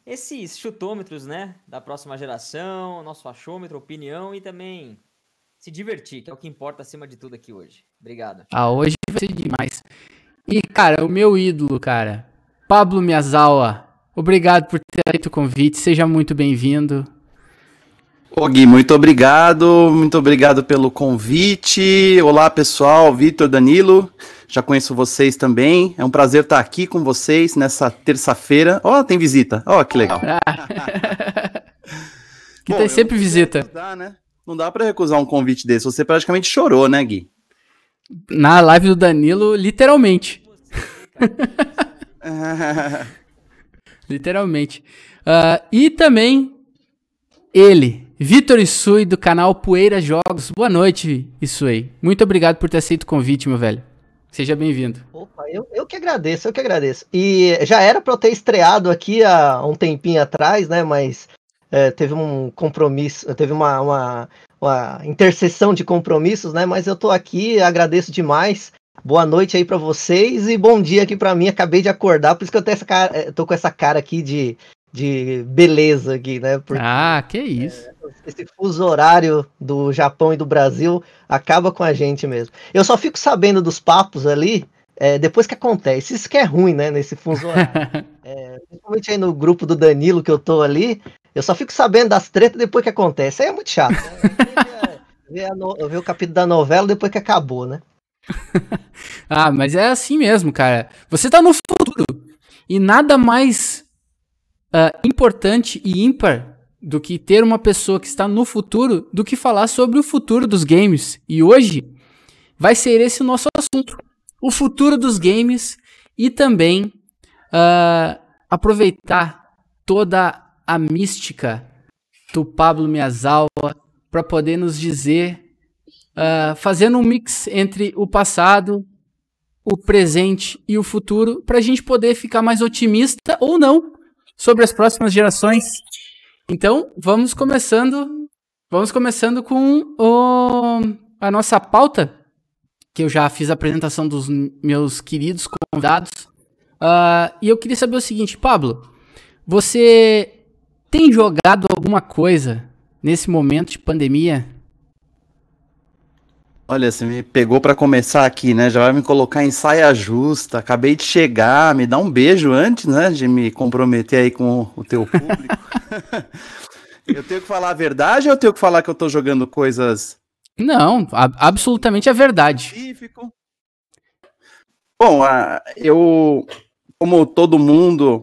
esses chutômetros, né, da próxima geração, nosso achômetro, opinião e também se divertir, que é o que importa acima de tudo aqui hoje. Obrigado. Hoje vai ser demais. E, cara, o meu ídolo, cara, Pablo Miyazawa, obrigado por ter feito o convite, seja muito bem-vindo. Ô Gui, muito obrigado pelo convite. Olá pessoal, Vitor, Danilo, já conheço vocês também, é um prazer estar aqui com vocês nessa terça-feira. Tem visita, que legal. Que tem sempre visita. Não dá pra recusar um convite desse, você praticamente chorou, né, Gui? Na live do Danilo, literalmente. Literalmente. E também ele, Vitor Isui, do canal Poeira Jogos. Boa noite, Isui. Muito obrigado por ter aceito o convite, meu velho. Seja bem-vindo. Opa, eu que agradeço, E já era pra eu ter estreado aqui há um tempinho atrás, né? Mas teve um compromisso, teve uma interseção de compromissos, né? Mas eu tô aqui, agradeço demais. Boa noite aí pra vocês e bom dia aqui pra mim. Acabei de acordar, por isso que eu tô com essa cara aqui de beleza aqui, né? Porque, que isso. Esse fuso horário do Japão e do Brasil acaba com a gente mesmo. Eu só fico sabendo dos papos ali depois que acontece. Isso que é ruim, né? Nesse fuso horário. Principalmente aí no grupo do Danilo que eu tô ali, eu só fico sabendo das tretas depois que acontece. Aí é muito chato, né? Ver o capítulo da novela depois que acabou, né? Mas é assim mesmo, cara. Você tá no futuro. E nada mais importante e ímpar do que ter uma pessoa que está no futuro do que falar sobre o futuro dos games. E hoje vai ser esse o nosso assunto. O futuro dos games e também aproveitar toda a mística do Pablo Miyazawa para poder nos dizer, fazendo um mix entre o passado, o presente e o futuro, para a gente poder ficar mais otimista ou não sobre as próximas gerações. Então, vamos começando com a nossa pauta, que eu já fiz a apresentação dos meus queridos convidados. E eu queria saber o seguinte, Pablo, você tem jogado alguma coisa nesse momento de pandemia? Olha, você me pegou pra começar aqui, né? Já vai me colocar em saia justa. Acabei de chegar, me dá um beijo antes, né? De me comprometer aí com o teu público. Eu tenho que falar a verdade ou eu tenho que falar que eu tô jogando coisas... Não, absolutamente a verdade. Bom, eu, como todo mundo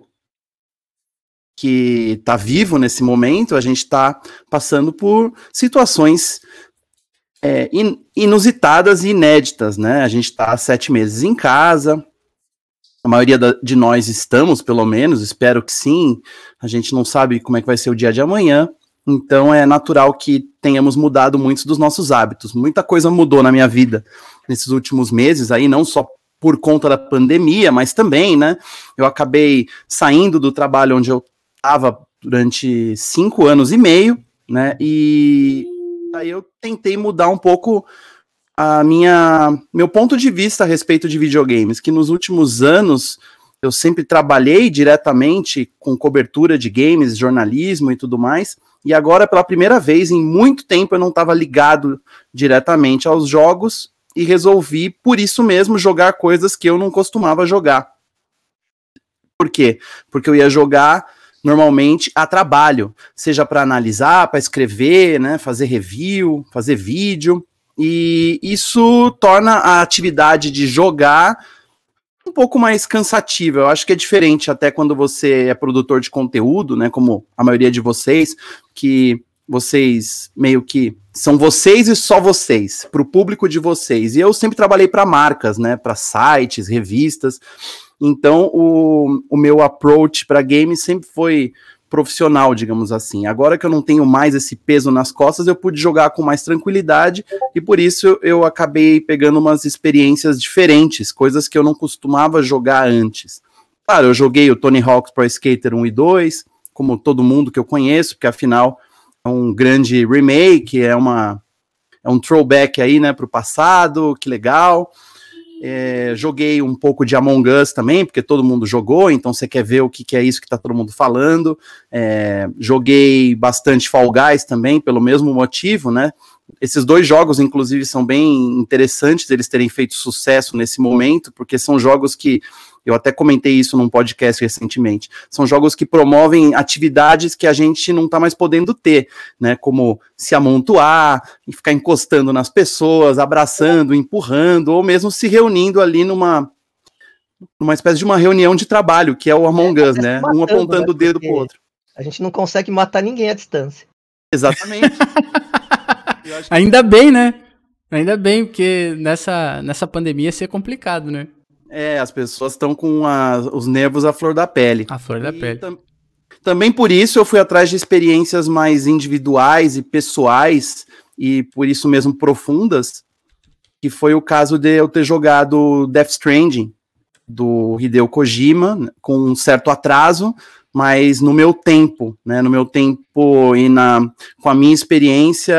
que tá vivo nesse momento, a gente tá passando por situações inusitadas e inéditas, né? A gente tá há 7 meses em casa, a maioria de nós estamos, pelo menos, espero que sim. A gente não sabe como é que vai ser o dia de amanhã, então é natural que tenhamos mudado muitos dos nossos hábitos. Muita coisa mudou na minha vida nesses últimos meses, aí não só por conta da pandemia, mas também, né? Eu acabei saindo do trabalho onde eu estava durante 5 anos e meio, né? E aí eu tentei mudar um pouco meu ponto de vista a respeito de videogames, que nos últimos anos eu sempre trabalhei diretamente com cobertura de games, jornalismo e tudo mais, e agora pela primeira vez em muito tempo eu não estava ligado diretamente aos jogos e resolvi, por isso mesmo, jogar coisas que eu não costumava jogar. Por quê? Porque eu ia jogar normalmente a trabalho, seja para analisar, para escrever, né, fazer review, fazer vídeo, e isso torna a atividade de jogar um pouco mais cansativa. Eu acho que é diferente até quando você é produtor de conteúdo, né, como a maioria de vocês, que vocês meio que são vocês e só vocês, para o público de vocês. E eu sempre trabalhei para marcas, né, para sites, revistas. Então o meu approach para games sempre foi profissional, digamos assim. Agora que eu não tenho mais esse peso nas costas, eu pude jogar com mais tranquilidade e por isso eu acabei pegando umas experiências diferentes, coisas que eu não costumava jogar antes. Claro, eu joguei o Tony Hawk's Pro Skater 1 e 2, como todo mundo que eu conheço, porque afinal é um grande remake, é um throwback aí, né, pro passado, que legal. Joguei um pouco de Among Us também, porque todo mundo jogou, então você quer ver o que é isso que tá todo mundo falando. Joguei bastante Fall Guys também, pelo mesmo motivo, né? Esses 2 jogos, inclusive, são bem interessantes eles terem feito sucesso nesse momento, porque são jogos que, eu até comentei isso num podcast recentemente, são jogos que promovem atividades que a gente não tá mais podendo ter, né, como se amontoar, e ficar encostando nas pessoas, abraçando, empurrando, ou mesmo se reunindo ali numa espécie de uma reunião de trabalho, que é o Among Us, né, um apontando o dedo pro outro. A gente não consegue matar ninguém à distância. Exatamente. Ainda bem, né? Ainda bem, porque nessa pandemia ia ser complicado, né? As pessoas estão com os nervos à flor da pele. A flor da pele. Também por isso eu fui atrás de experiências mais individuais e pessoais, e por isso mesmo profundas, que foi o caso de eu ter jogado Death Stranding, do Hideo Kojima, com um certo atraso, mas no meu tempo, né? No meu tempo e com a minha experiência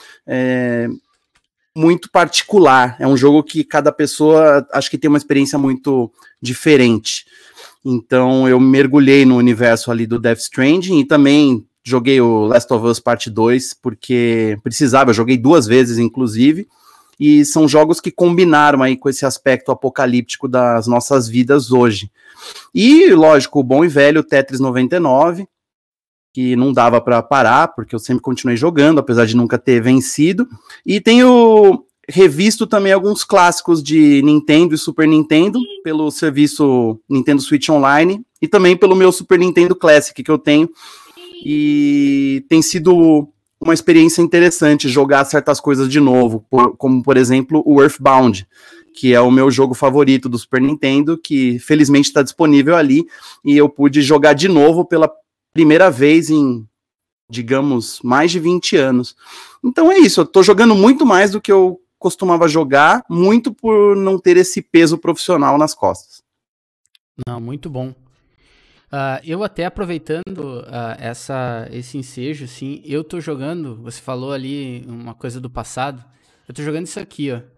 muito particular. É um jogo que cada pessoa acho que tem uma experiência muito diferente. Então eu mergulhei no universo ali do Death Stranding e também joguei o Last of Us Parte 2 porque precisava, eu joguei 2 vezes inclusive, e são jogos que combinaram aí com esse aspecto apocalíptico das nossas vidas hoje. E, lógico, o bom e velho Tetris 99, que não dava para parar, porque eu sempre continuei jogando, apesar de nunca ter vencido. E tenho revisto também alguns clássicos de Nintendo e Super Nintendo, pelo serviço Nintendo Switch Online, e também pelo meu Super Nintendo Classic que eu tenho. E tem sido uma experiência interessante jogar certas coisas de novo, como, por exemplo, o Earthbound, que é o meu jogo favorito do Super Nintendo, que felizmente está disponível ali, e eu pude jogar de novo pela primeira vez em, digamos, mais de 20 anos. Então é isso, eu tô jogando muito mais do que eu costumava jogar, muito por não ter esse peso profissional nas costas. Não, muito bom. Eu até aproveitando esse ensejo, assim, eu tô jogando, você falou ali uma coisa do passado, eu tô jogando isso aqui, ó.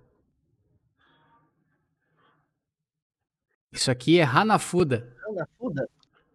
Isso aqui é Hanafuda. Hanafuda?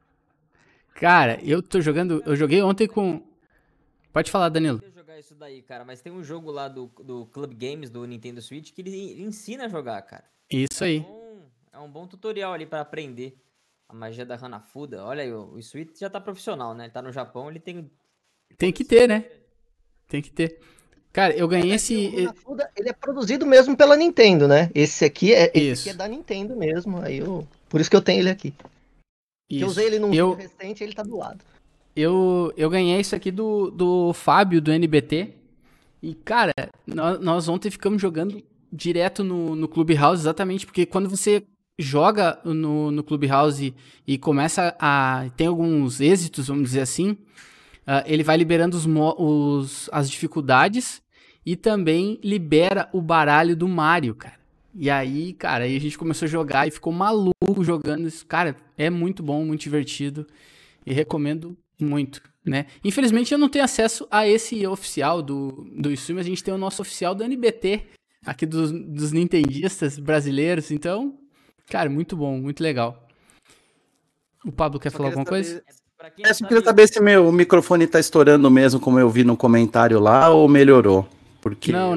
Cara, eu joguei ontem com... Pode falar, Danilo. Eu jogar isso daí, cara, mas tem um jogo lá do Club Games do Nintendo Switch que ele ensina a jogar, cara. Isso aí. É um bom tutorial ali pra aprender a magia da Hanafuda. Olha aí, o Switch já tá profissional, né? Ele tá no Japão, ele tem... Tem que ter, né? Tem que ter. Cara, eu ganhei esse... O Hanafuda, ele é produzido mesmo pela Nintendo, né? Esse aqui é da Nintendo mesmo. Por isso que eu tenho ele aqui. Eu usei ele num vídeo recente e ele tá do lado. Eu ganhei isso aqui do Fábio, do NBT. E, cara, nós ontem ficamos jogando direto no Clubhouse, exatamente porque quando você joga no Clubhouse e começa tem alguns êxitos, vamos dizer assim, ele vai liberando as dificuldades e também libera o baralho do Mario, cara. E aí, cara, aí a gente começou a jogar e ficou maluco jogando isso. Cara, é muito bom, muito divertido e recomendo muito, né? Infelizmente eu não tenho acesso a esse oficial do stream, mas a gente tem o nosso oficial do NBT, aqui dos nintendistas brasileiros, então, cara, muito bom, muito legal. O Pablo quer falar alguma coisa? Eu só queria saber se meu microfone tá estourando mesmo, como eu vi no comentário lá, ou melhorou. Porque não,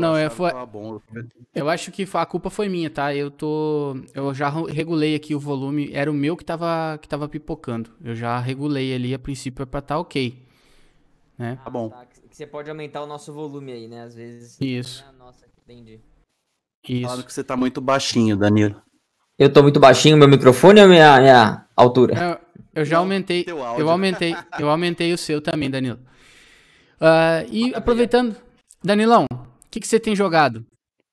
eu acho que a culpa foi minha, tá? Eu já regulei aqui o volume, era o meu que tava pipocando. Eu já regulei ali, a princípio é pra tá ok, né? Tá bom. Que você pode aumentar o nosso volume aí, né? Às vezes. Isso. Nossa, entendi. Isso. Falando que você tá muito baixinho, Danilo. Eu tô muito baixinho, meu microfone ou minha altura? Eu já aumentei. Eu aumentei o seu também, Danilo. E aproveitando, Danilão, o que você tem jogado?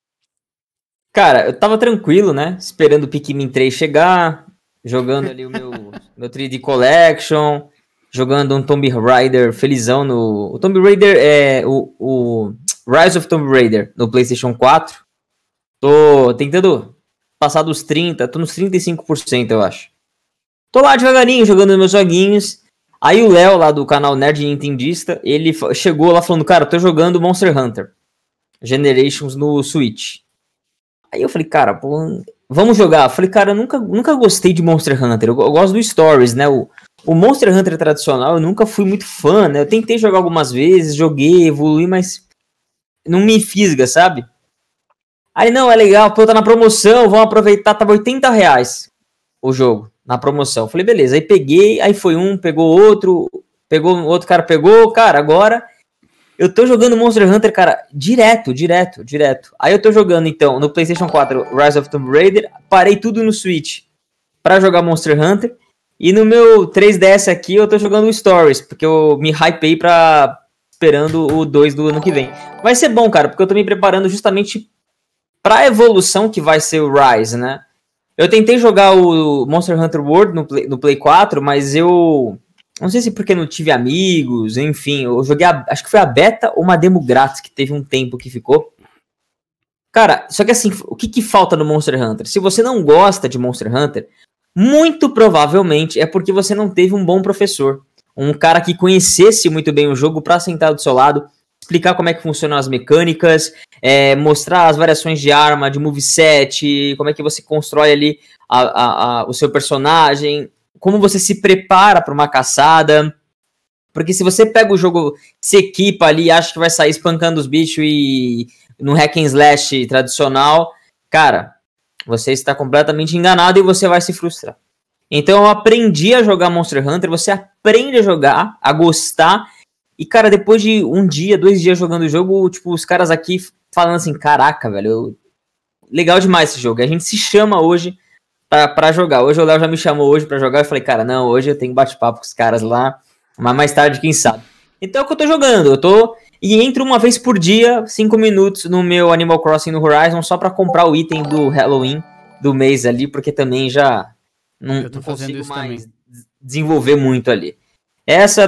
Cara, eu tava tranquilo, né? Esperando o Pikmin 3 chegar, jogando ali o meu 3D Collection, jogando um Tomb Raider felizão no... O Tomb Raider é o Rise of Tomb Raider no PlayStation 4. Tô tentando passar dos 30, tô nos 35%, eu acho. Tô lá devagarinho, jogando meus joguinhos. Aí o Léo, lá do canal Nerd Nintendista, ele chegou lá falando, cara, eu tô jogando Monster Hunter Generations no Switch. Aí eu falei, cara, pô, vamos jogar. Eu falei, cara, eu nunca gostei de Monster Hunter. Eu gosto do Stories, né? O Monster Hunter tradicional eu nunca fui muito fã, né? Eu tentei jogar algumas vezes, joguei, evoluí, mas não me fisga, sabe? Aí, não, é legal, pô, tá na promoção, vamos aproveitar, tava R$80 o jogo, na promoção. Eu falei, beleza, aí peguei, aí foi um, pegou outro cara, cara, agora eu tô jogando Monster Hunter, cara, direto. Aí eu tô jogando, então, no PlayStation 4, Rise of Tomb Raider, parei tudo no Switch pra jogar Monster Hunter, e no meu 3DS aqui eu tô jogando o Stories, porque eu me hypei esperando o 2 do ano que vem. Vai ser bom, cara, porque eu tô me preparando justamente pra evolução que vai ser o Rise, né? Eu tentei jogar o Monster Hunter World no Play 4, mas eu não sei se porque não tive amigos, enfim, eu joguei, acho que foi a beta ou uma demo grátis que teve um tempo que ficou. Cara, só que assim, o que falta no Monster Hunter? Se você não gosta de Monster Hunter, muito provavelmente é porque você não teve um bom professor. Um cara que conhecesse muito bem o jogo pra sentar do seu lado, explicar como é que funcionam as mecânicas, mostrar as variações de arma, de moveset, como é que você constrói ali o seu personagem, como você se prepara para uma caçada. Porque se você pega o jogo, se equipa ali e acha que vai sair espancando os bichos e no hack and slash tradicional, cara, você está completamente enganado e você vai se frustrar. Então eu aprendi a jogar Monster Hunter, você aprende a jogar, a gostar. E, cara, depois de 1 dia, 2 dias jogando o jogo, tipo, os caras aqui falando assim, caraca, velho, legal demais esse jogo. E a gente se chama hoje pra jogar. Hoje o Léo já me chamou hoje pra jogar. Eu falei, cara, não, hoje eu tenho bate-papo com os caras lá, mas mais tarde, quem sabe. Então é o que eu tô jogando. E entro uma vez por dia, 5 minutos no meu Animal Crossing no Horizon, só pra comprar o item do Halloween do mês ali, porque também já não consigo mais desenvolver muito ali. Essa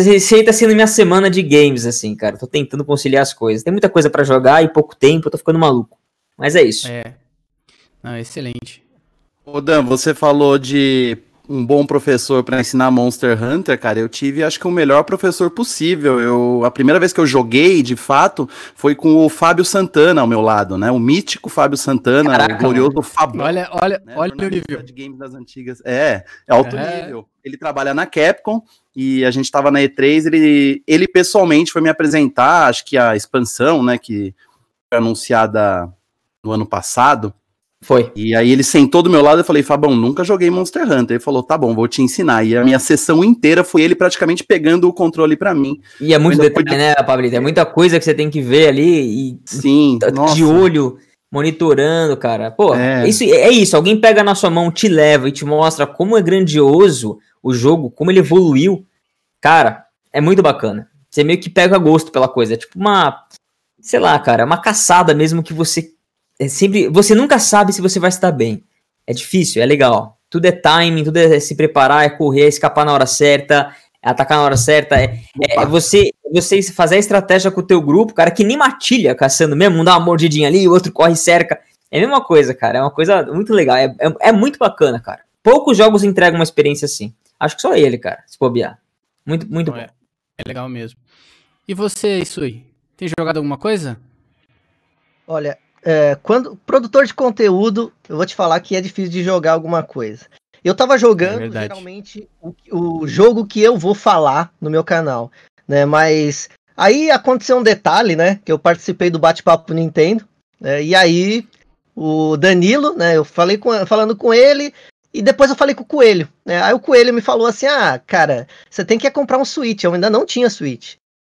tá sendo minha semana de games, assim, cara. Tô tentando conciliar as coisas. Tem muita coisa pra jogar e pouco tempo, eu tô ficando maluco. Mas é isso. Não, excelente. Ô Dan, você falou de um bom professor pra ensinar Monster Hunter, cara. Eu tive, acho que o melhor professor possível. A primeira vez que eu joguei, de fato, foi com o Fábio Santana ao meu lado, né? O mítico Fábio Santana, caraca, o glorioso Fábio. Olha o nível. De games das antigas. É alto nível. Ele trabalha na Capcom e a gente tava na E3, ele pessoalmente foi me apresentar, acho que a expansão, né, que foi anunciada no ano passado. Foi. E aí ele sentou do meu lado e eu falei, Fabão, nunca joguei Monster Hunter. Ele falou, tá bom, vou te ensinar. E a minha sessão inteira foi ele praticamente pegando o controle pra mim. E é muito detalhe, né, Pablito? É muita coisa que você tem que ver ali e sim, de olho, monitorando, cara. Pô, isso. Alguém pega na sua mão, te leva e te mostra como é grandioso o jogo, como ele evoluiu. Cara, é muito bacana. Você meio que pega gosto pela coisa. É tipo sei lá, cara, uma caçada mesmo que você você nunca sabe se você vai estar bem. É difícil, é legal. Tudo é timing, tudo é se preparar, é correr, é escapar na hora certa, é atacar na hora certa, é você fazer a estratégia com o teu grupo, cara, que nem matilha caçando mesmo, um dá uma mordidinha ali, o outro corre e cerca. É a mesma coisa, cara, é uma coisa muito legal, é muito bacana, cara. Poucos jogos entregam uma experiência assim. Acho que só ele, cara, se bobear. Muito, muito bom. É legal mesmo. E você, Isui, tem jogado alguma coisa? Olha, quando produtor de conteúdo, eu vou te falar que é difícil de jogar alguma coisa. Eu tava jogando geralmente o jogo que eu vou falar no meu canal, né? Mas aí aconteceu um detalhe, né? Que eu participei do bate-papo Nintendo, né, e aí o Danilo, né? Eu falei falando com ele. E depois eu falei com o Coelho, né? Aí o Coelho me falou assim, cara, você tem que comprar um Switch. Eu ainda não tinha Switch.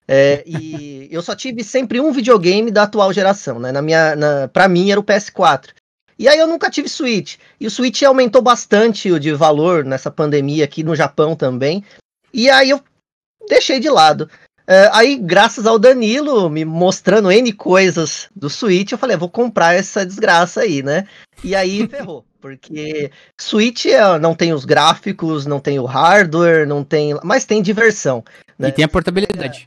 E eu só tive sempre um videogame da atual geração, né? Pra mim era o PS4. E aí eu nunca tive Switch. E o Switch aumentou bastante de valor nessa pandemia aqui no Japão também. E aí eu deixei de lado. Aí, graças ao Danilo me mostrando N coisas do Switch, eu falei, vou comprar essa desgraça aí, né? E aí ferrou. Porque Switch não tem os gráficos, não tem o hardware, mas tem diversão. Né? E tem a portabilidade.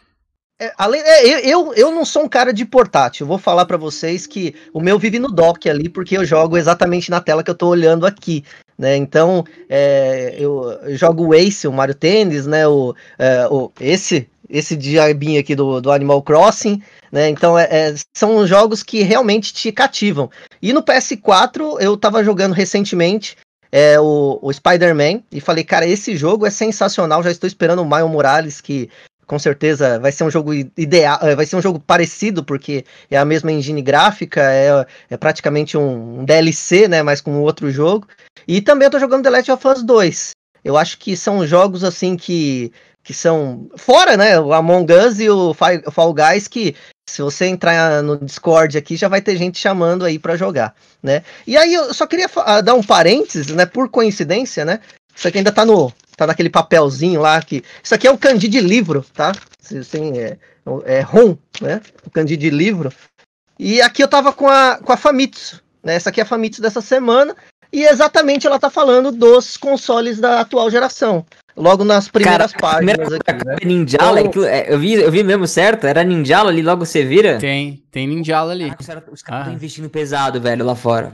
Eu não sou um cara de portátil. Eu vou falar pra vocês que o meu vive no dock ali, porque eu jogo exatamente na tela que eu tô olhando aqui. Né? Então, eu jogo o Ace, o Mario Tennis, né? Esse esse diabinho aqui do Animal Crossing, né? Então são jogos que realmente te cativam. E no PS4 eu tava jogando recentemente o Spider-Man e falei, cara, esse jogo é sensacional, já estou esperando o Miles Morales, que com certeza vai ser um jogo ideal, vai ser um jogo parecido, porque é a mesma engine gráfica, é praticamente um DLC, né, mas com outro jogo. E também eu tô jogando The Last of Us 2. Eu acho que são jogos, assim, que são fora, né, o Among Us e o Fall Guys, que se você entrar no Discord aqui, já vai ter gente chamando aí pra jogar, né. E aí eu só queria dar um parênteses, né, por coincidência, né, isso aqui ainda tá naquele papelzinho lá, isso aqui é o kanji de livro, tá? Assim, é ROM, né? O kanji de livro. E aqui eu tava com a Famitsu, né? Essa aqui é a Famitsu dessa semana, e exatamente ela tá falando dos consoles da atual geração. Logo nas primeiras páginas aqui, né? Ninjala, então, eu vi mesmo certo? Era Ninjala ali, logo você vira? Tem Ninjala ali. Caraca, os caras estão investindo pesado, velho, lá fora.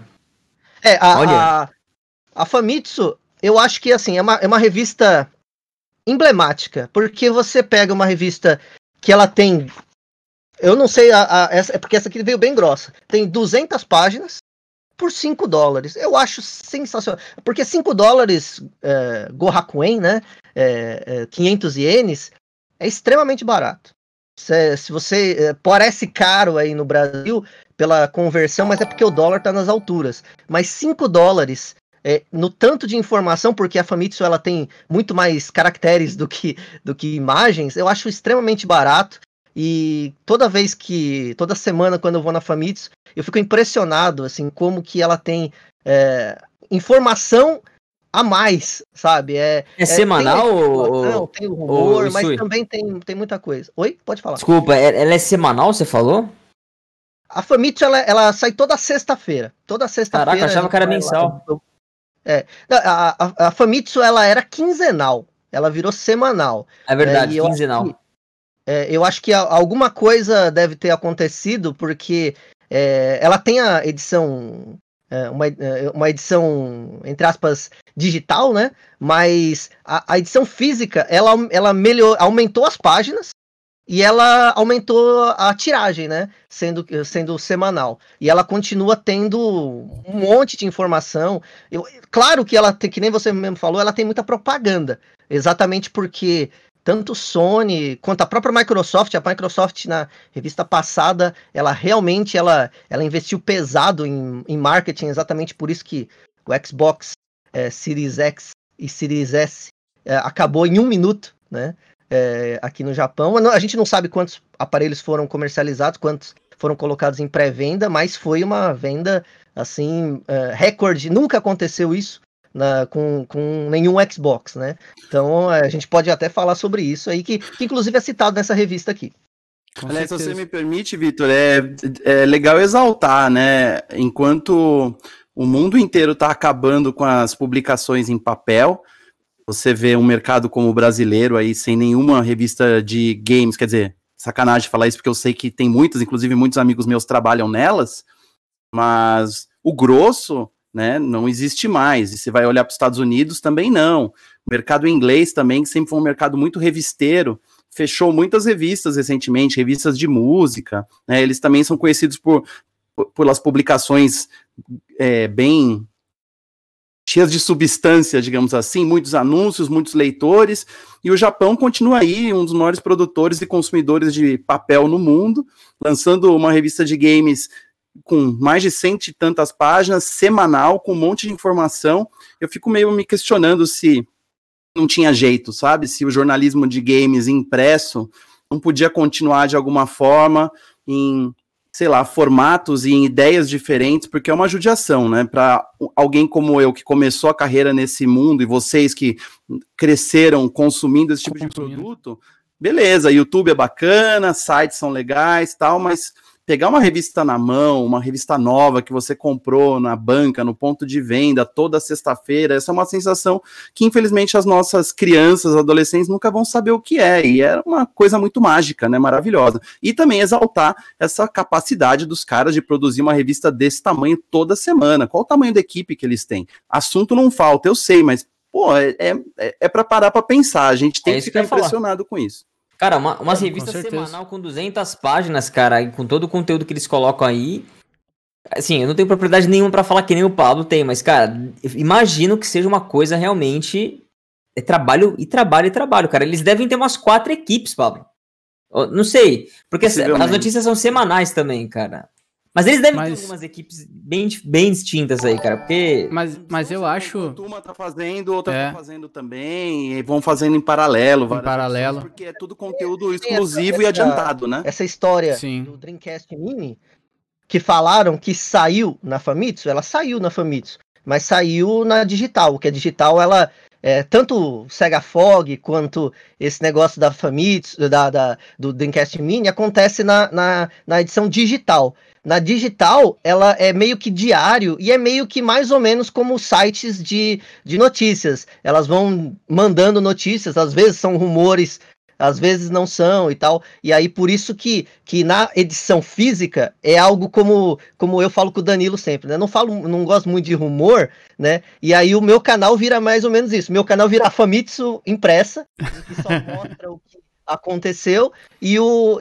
A Famitsu, eu acho que, assim, é uma revista emblemática, porque você pega uma revista que ela tem, eu não sei, porque essa aqui veio bem grossa, tem 200 páginas por $5. Eu acho sensacional, porque $5, Gohakuen, né, 500 ienes, é extremamente barato. Se você, parece caro aí no Brasil pela conversão, mas é porque o dólar tá nas alturas, mas $5, no tanto de informação, porque a Famitsu ela tem muito mais caracteres do que imagens, eu acho extremamente barato. E toda semana quando eu vou na Famitsu, eu fico impressionado, assim, como que ela tem informação a mais, sabe? É semanal ou tem o rumor, mas também tem muita coisa. Oi? Pode falar. Desculpa, ela é semanal, você falou? A Famitsu, ela sai toda sexta-feira. Toda sexta-feira. Caraca, achava que era mensal. A Famitsu, ela era quinzenal. Ela virou semanal. É verdade, quinzenal. Eu acho que alguma coisa deve ter acontecido, porque ela tem a edição, uma edição, entre aspas, digital, né? Mas a edição física, ela aumentou as páginas e ela aumentou a tiragem, né? Sendo semanal. E ela continua tendo um monte de informação. Claro que ela tem, que nem você mesmo falou, ela tem muita propaganda. Exatamente porque tanto Sony quanto a própria Microsoft, a Microsoft na revista passada, ela realmente ela investiu pesado em marketing, exatamente por isso que o Xbox Series X e Series S acabou em 1 minuto, né? Aqui no Japão. A gente não sabe quantos aparelhos foram comercializados, quantos foram colocados em pré-venda, mas foi uma venda assim, recorde. Nunca aconteceu isso com nenhum Xbox, né? Então a gente pode até falar sobre isso aí, que inclusive é citado nessa revista aqui. Aliás, se você me permite, Vitor, é legal exaltar, né? Enquanto o mundo inteiro está acabando com as publicações em papel, você vê um mercado como o brasileiro aí sem nenhuma revista de games, quer dizer, sacanagem falar isso porque eu sei que tem muitas, inclusive muitos amigos meus trabalham nelas, mas o grosso, né, não existe mais. E você vai olhar para os Estados Unidos, também não. O mercado inglês também, que sempre foi um mercado muito revisteiro, fechou muitas revistas recentemente, revistas de música, né, eles também são conhecidos pelas publicações bem cheias de substância, digamos assim, muitos anúncios, muitos leitores, e o Japão continua aí um dos maiores produtores e consumidores de papel no mundo, lançando uma revista de games com mais de 100 e tantas páginas, semanal, com um monte de informação. Eu fico meio me questionando se não tinha jeito, sabe? Se o jornalismo de games impresso não podia continuar de alguma forma em, sei lá, formatos e em ideias diferentes, porque é uma judiação, né? Para alguém como eu, que começou a carreira nesse mundo, e vocês que cresceram consumindo esse tipo de produto, beleza, YouTube é bacana, sites são legais, tal, mas pegar uma revista na mão, uma revista nova que você comprou na banca, no ponto de venda, toda sexta-feira, essa é uma sensação que, infelizmente, as nossas crianças, adolescentes, nunca vão saber o que é, e é uma coisa muito mágica, né, maravilhosa. E também exaltar essa capacidade dos caras de produzir uma revista desse tamanho toda semana. Qual o tamanho da equipe que eles têm? assunto não falta, eu sei, mas, pô, é para parar para pensar, a gente tem que ficar impressionado com isso. Cara, umas Com revistas certeza. semanal com 200 páginas, cara, e com todo o conteúdo que eles colocam aí. Assim, eu não tenho propriedade nenhuma pra falar que nem o Pablo tem, mas, cara, eu imagino que seja uma coisa realmente. É trabalho e trabalho e trabalho, cara. Eles devem ter umas 4 equipes, Pablo. Não sei, porque as Possivelmente. notícias são semanais também, cara. Mas eles devem ter Mas, algumas equipes bem distintas aí, cara, porque... mas eu acho, Uma tá fazendo, outra É. tá fazendo também, e vão fazendo em paralelo, várias paralelo. opções, porque é tudo conteúdo exclusivo e adiantado, né? Essa história Sim. do Dreamcast Mini, que falaram que saiu na Famitsu, ela saiu na Famitsu, mas saiu na digital, que a digital, ela, tanto Sega Fog, quanto esse negócio da Famitsu, do Dreamcast Mini, acontece na edição digital. Na digital, ela é meio que diário e é meio que mais ou menos como sites de notícias. Elas vão mandando notícias, às vezes são rumores, às vezes não são e tal. E aí, por isso que na edição física é algo como eu falo com o Danilo sempre, né? Não gosto muito de rumor, né? E aí o meu canal vira mais ou menos isso. Meu canal vira a Famitsu impressa, que só mostra o que aconteceu, e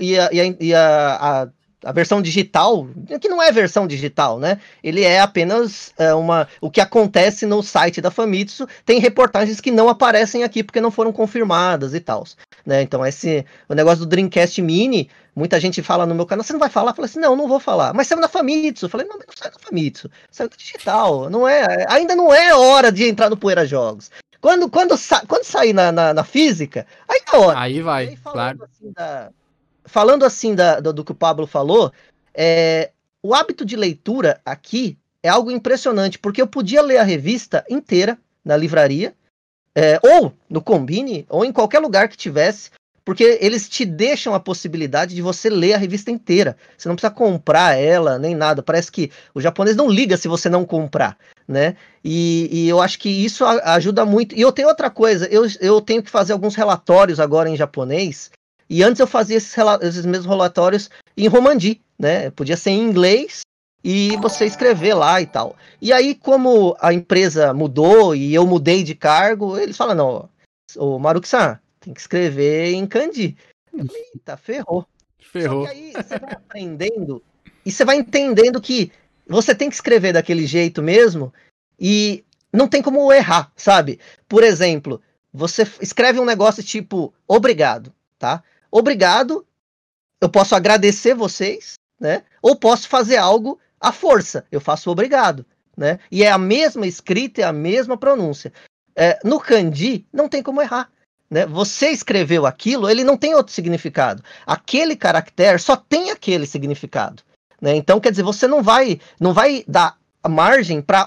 a versão digital, que não é versão digital, né? Ele é apenas o que acontece no site da Famitsu. Tem reportagens que não aparecem aqui porque não foram confirmadas e tal, né? Então o negócio do Dreamcast Mini, muita gente fala no meu canal, você não vai falar? Eu falei assim, não vou falar. Mas saiu na Famitsu. Eu falei, não saiu na Famitsu, saiu na digital. Ainda não é hora de entrar no Poeira Jogos. Quando sair na física, aí é hora. Aí vai, aí, claro. Falando assim do que o Pablo falou, o hábito de leitura aqui é algo impressionante, porque eu podia ler a revista inteira na livraria, ou no Combine, ou em qualquer lugar que tivesse, porque eles te deixam a possibilidade de você ler a revista inteira. Você não precisa comprar ela, nem nada. Parece que o japonês não liga se você não comprar, né? E eu acho que isso ajuda muito. E eu tenho outra coisa, eu tenho que fazer alguns relatórios agora em japonês, e antes eu fazia esses mesmos relatórios em romandi, né? Podia ser em inglês e você escrever lá e tal. E aí, como a empresa mudou e eu mudei de cargo, eles falam, não, ô Maruki-san, tem que escrever em kanji. Eu falei, eita, ferrou. Só que aí você vai aprendendo e você vai entendendo que você tem que escrever daquele jeito mesmo e não tem como errar, sabe? Por exemplo, você escreve um negócio tipo, obrigado, tá? Obrigado, eu posso agradecer vocês, né? Ou posso fazer algo à força, eu faço obrigado, né? E é a mesma escrita, é a mesma pronúncia. No kanji, não tem como errar, né? Você escreveu aquilo, ele não tem outro significado. Aquele caractere só tem aquele significado, né? Então, quer dizer, você não vai dar margem para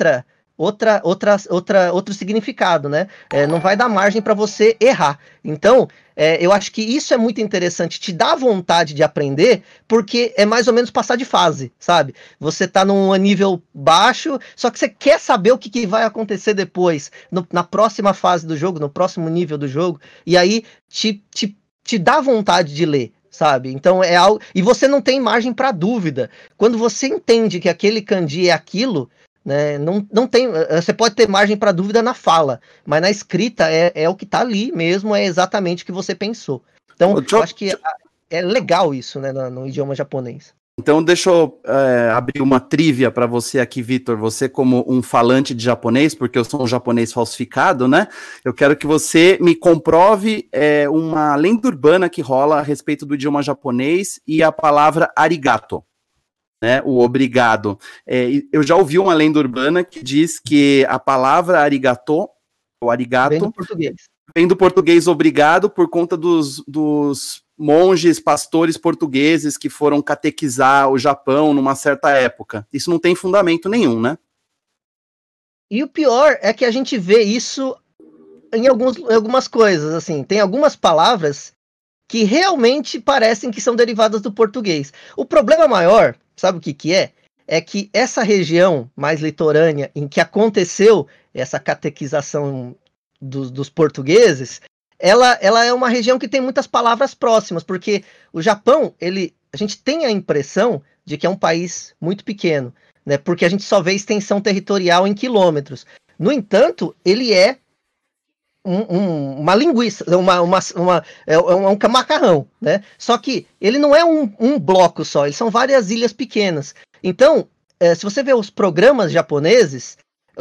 outro significado, né? Não vai dar margem para você errar. Então, eu acho que isso é muito interessante, te dá vontade de aprender, porque é mais ou menos passar de fase, sabe? Você tá num nível baixo, só que você quer saber o que vai acontecer depois, na próxima fase do jogo, no próximo nível do jogo, e aí te dá vontade de ler, sabe? Então é algo. E você não tem margem para dúvida. Quando você entende que aquele kanji é aquilo, né, não tem. Você pode ter margem para dúvida na fala, mas na escrita é o que tá ali mesmo, é exatamente o que você pensou. Então, eu acho que é legal isso, né, no idioma japonês. Então, deixa eu abrir uma trivia para você aqui, Vitor. Você, como um falante de japonês, porque eu sou um japonês falsificado, né? Eu quero que você me comprove uma lenda urbana que rola a respeito do idioma japonês e a palavra arigato, né? O obrigado. Eu já ouvi uma lenda urbana que diz que a palavra arigato, ou arigato, vem do português obrigado por conta dos monges, pastores portugueses que foram catequizar o Japão numa certa época. Isso não tem fundamento nenhum, né? E o pior é que a gente vê isso em algumas coisas, assim. Tem algumas palavras que realmente parecem que são derivadas do português. O problema maior, sabe o que é? É que essa região mais litorânea em que aconteceu essa catequização dos portugueses, ela é uma região que tem muitas palavras próximas, porque o Japão, a gente tem a impressão de que é um país muito pequeno, né? Porque a gente só vê extensão territorial em quilômetros. No entanto, ele é uma linguiça, um macarrão, né? Só que ele não é um bloco só, eles são várias ilhas pequenas. Então, se você vê os programas japoneses,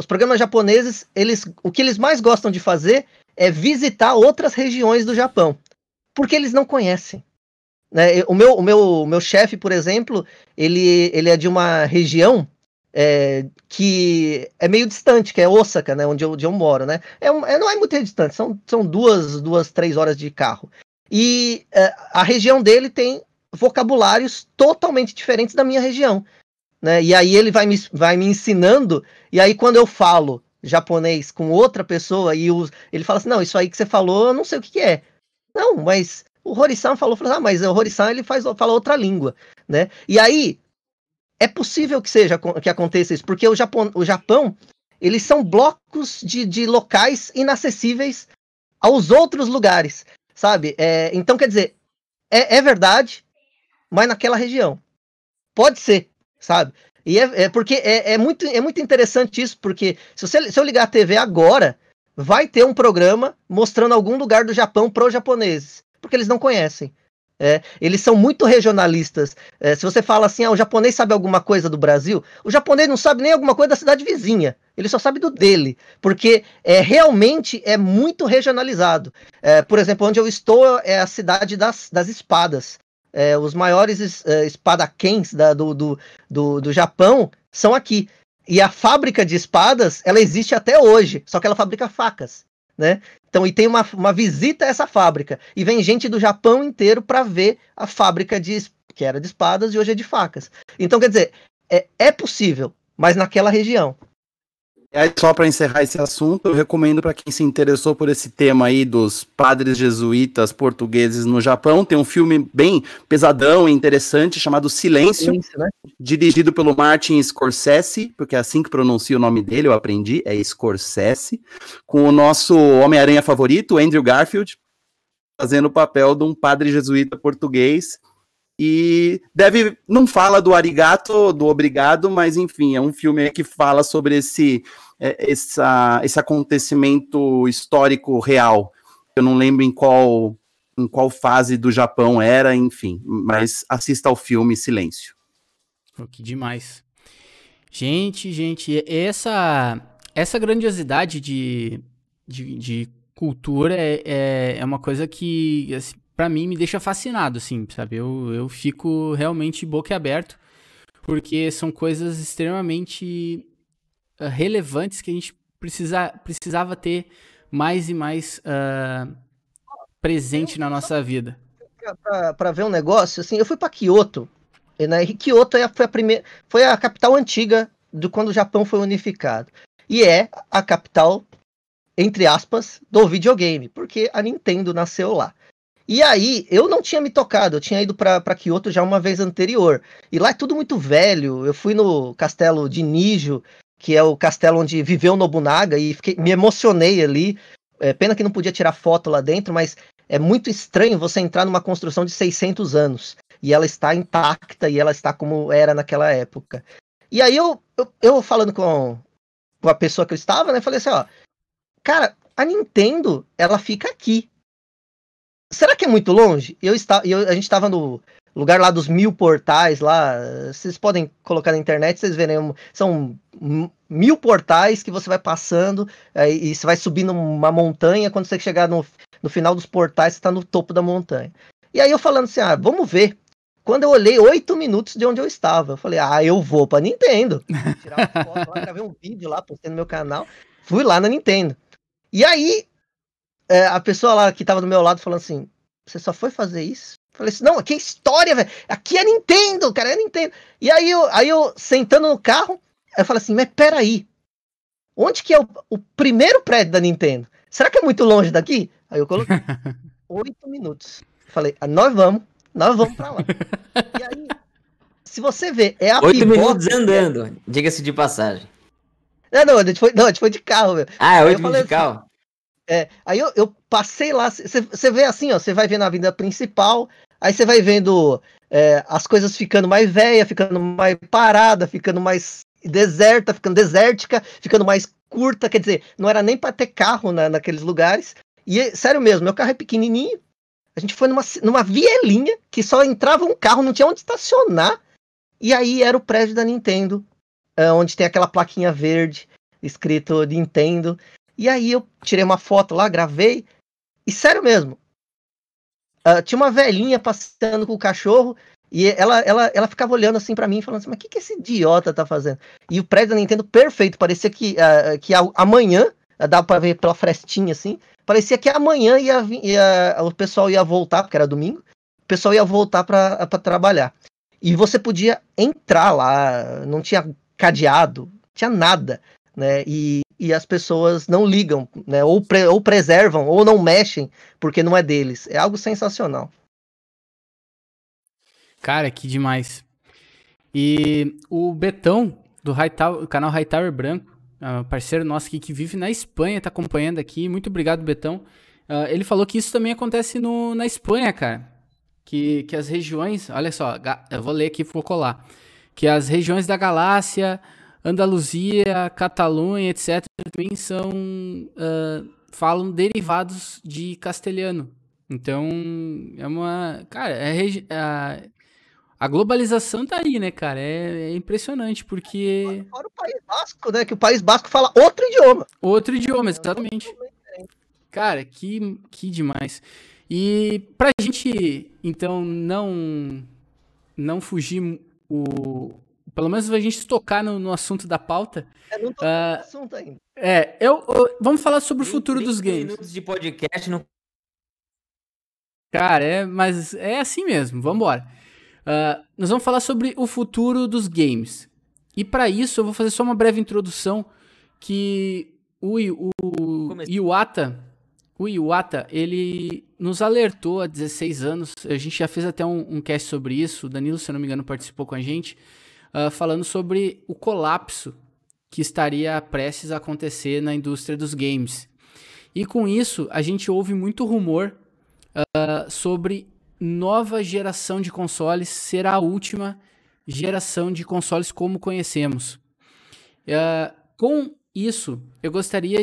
o que eles mais gostam de fazer é visitar outras regiões do Japão, porque eles não conhecem. Né? O meu chefe, por exemplo, ele é de uma região que é meio distante, que é Osaka, né, onde eu moro, né? Não é muito distante, são 3 horas de carro. E a região dele tem vocabulários totalmente diferentes da minha região, né? E aí ele vai me ensinando, e aí quando eu falo japonês com outra pessoa, ele fala assim, não, isso aí que você falou, eu não sei o que é. Não, mas o Hori-san falou, mas o Hori-san ele fala outra língua, né? E aí é possível que aconteça isso, porque o Japão, eles são blocos de locais inacessíveis aos outros lugares, sabe? Então, quer dizer, é verdade, mas naquela região. Pode ser, sabe? E porque é muito interessante isso, porque se eu ligar a TV agora, vai ter um programa mostrando algum lugar do Japão para os japoneses, porque eles não conhecem. Eles são muito regionalistas. Se você fala assim, o japonês sabe alguma coisa do Brasil, o japonês não sabe nem alguma coisa da cidade vizinha. Ele só sabe do dele, porque realmente é muito regionalizado. Por exemplo, onde eu estou é a cidade das espadas. Os maiores espadakens do Japão são aqui. E a fábrica de espadas, ela existe até hoje, só que ela fabrica facas, né? Então, e tem uma visita a essa fábrica. E vem gente do Japão inteiro para ver a fábrica que era de espadas e hoje é de facas. Então, quer dizer, é possível, mas naquela região. E aí, só para encerrar esse assunto, eu recomendo para quem se interessou por esse tema aí dos padres jesuítas portugueses no Japão, tem um filme bem pesadão e interessante chamado Silêncio, né? Dirigido pelo Martin Scorsese, porque é assim que pronuncia o nome dele, eu aprendi, é Scorsese, com o nosso Homem-Aranha favorito, Andrew Garfield, fazendo o papel de um padre jesuíta português. E não fala do arigato, do obrigado, mas enfim, é um filme que fala sobre esse acontecimento histórico real. Eu não lembro em qual fase do Japão era, enfim, mas assista ao filme Silêncio. Que demais. Gente, essa grandiosidade de cultura é uma coisa que, assim, pra mim, me deixa fascinado, assim, sabe? Eu fico realmente boquiaberto, porque são coisas extremamente relevantes que a gente precisava ter mais e mais presente na nossa vida. Pra ver um negócio, assim, eu fui pra Kyoto, né? E Kyoto foi a capital antiga de quando o Japão foi unificado. E é a capital, entre aspas, do videogame, porque a Nintendo nasceu lá. E aí, eu não tinha me tocado, eu tinha ido para Kyoto já uma vez anterior. E lá é tudo muito velho. Eu fui no castelo de Nijo, que é o castelo onde viveu Nobunaga, e me emocionei ali. Pena que não podia tirar foto lá dentro, mas é muito estranho você entrar numa construção de 600 anos. E ela está intacta, e ela está como era naquela época. E aí, eu falando com a pessoa que eu estava, né, falei assim, cara, a Nintendo, ela fica aqui. Será que é muito longe? A gente estava no lugar lá dos 1000 portais lá. Vocês podem colocar na internet, vocês verem. São 1000 portais que você vai passando e você vai subindo uma montanha. Quando você chegar no final dos portais, você está no topo da montanha. E aí eu falando assim, vamos ver. Quando eu olhei 8 minutos de onde eu estava, eu falei, eu vou pra Nintendo. Tirar uma foto lá, gravei um vídeo lá, postei no meu canal. Fui lá na Nintendo. E aí, a pessoa lá que tava do meu lado falando assim, você só foi fazer isso? Eu falei assim, não, aqui é história, velho. Aqui é Nintendo, cara, é Nintendo. E aí eu sentando no carro, eu falei assim, mas peraí, onde que é o primeiro prédio da Nintendo? Será que é muito longe daqui? Aí eu coloquei 8 minutos. Falei, nós vamos pra lá. E aí, se você ver, é a 8 minutos andando, diga-se de passagem. Não, a gente foi de carro, meu. É 8 minutos de carro? Aí eu passei lá, você vê assim, você vai vendo a avenida principal, aí você vai vendo as coisas ficando mais velha, ficando mais parada, ficando mais deserta, ficando desértica, ficando mais curta, quer dizer, não era nem para ter carro naqueles lugares. E, sério mesmo, meu carro é pequenininho. A gente foi numa vielinha que só entrava um carro, não tinha onde estacionar. E aí era o prédio da Nintendo, onde tem aquela plaquinha verde escrito Nintendo. E aí eu tirei uma foto lá, gravei. E sério mesmo, tinha uma velhinha passeando com o cachorro. E ela ficava olhando assim pra mim, falando assim, mas o que esse idiota tá fazendo? E o prédio da Nintendo perfeito, parecia que amanhã, dava pra ver pela frestinha assim, parecia que amanhã o pessoal ia voltar, porque era domingo, o pessoal ia voltar pra trabalhar. E você podia entrar lá, não tinha cadeado, não tinha nada, né? E as pessoas não ligam, né? Ou preservam, ou não mexem, porque não é deles. É algo sensacional. Cara, que demais. E o Betão, do canal Hightower Branco, parceiro nosso aqui que vive na Espanha, tá acompanhando aqui. Muito obrigado, Betão. Ele falou que isso também acontece na Espanha, cara. Que as regiões... Olha só, eu vou ler aqui e vou colar. Que as regiões da Galácia, Andaluzia, Catalunha, etc. também falam derivados de castelhano. Então, é uma... Cara, a globalização tá aí, né, cara? É impressionante, porque... Fora o País Basco, né? Que o País Basco fala outro idioma. Outro idioma, exatamente. Cara, que demais. E pra gente, então, não fugir pelo menos a gente tocar no assunto da pauta. Não tô no assunto ainda. Vamos falar sobre o futuro dos games. Minutos de podcast no... Cara, mas é assim mesmo, vambora. Nós vamos falar sobre o futuro dos games. E para isso eu vou fazer só uma breve introdução que o Iwata, ele nos alertou há 16 anos, a gente já fez até um cast sobre isso, o Danilo, se eu não me engano, participou com a gente, falando sobre o colapso que estaria prestes a acontecer na indústria dos games. E com isso, a gente ouve muito rumor sobre nova geração de consoles ser a última geração de consoles como conhecemos. Com isso, eu gostaria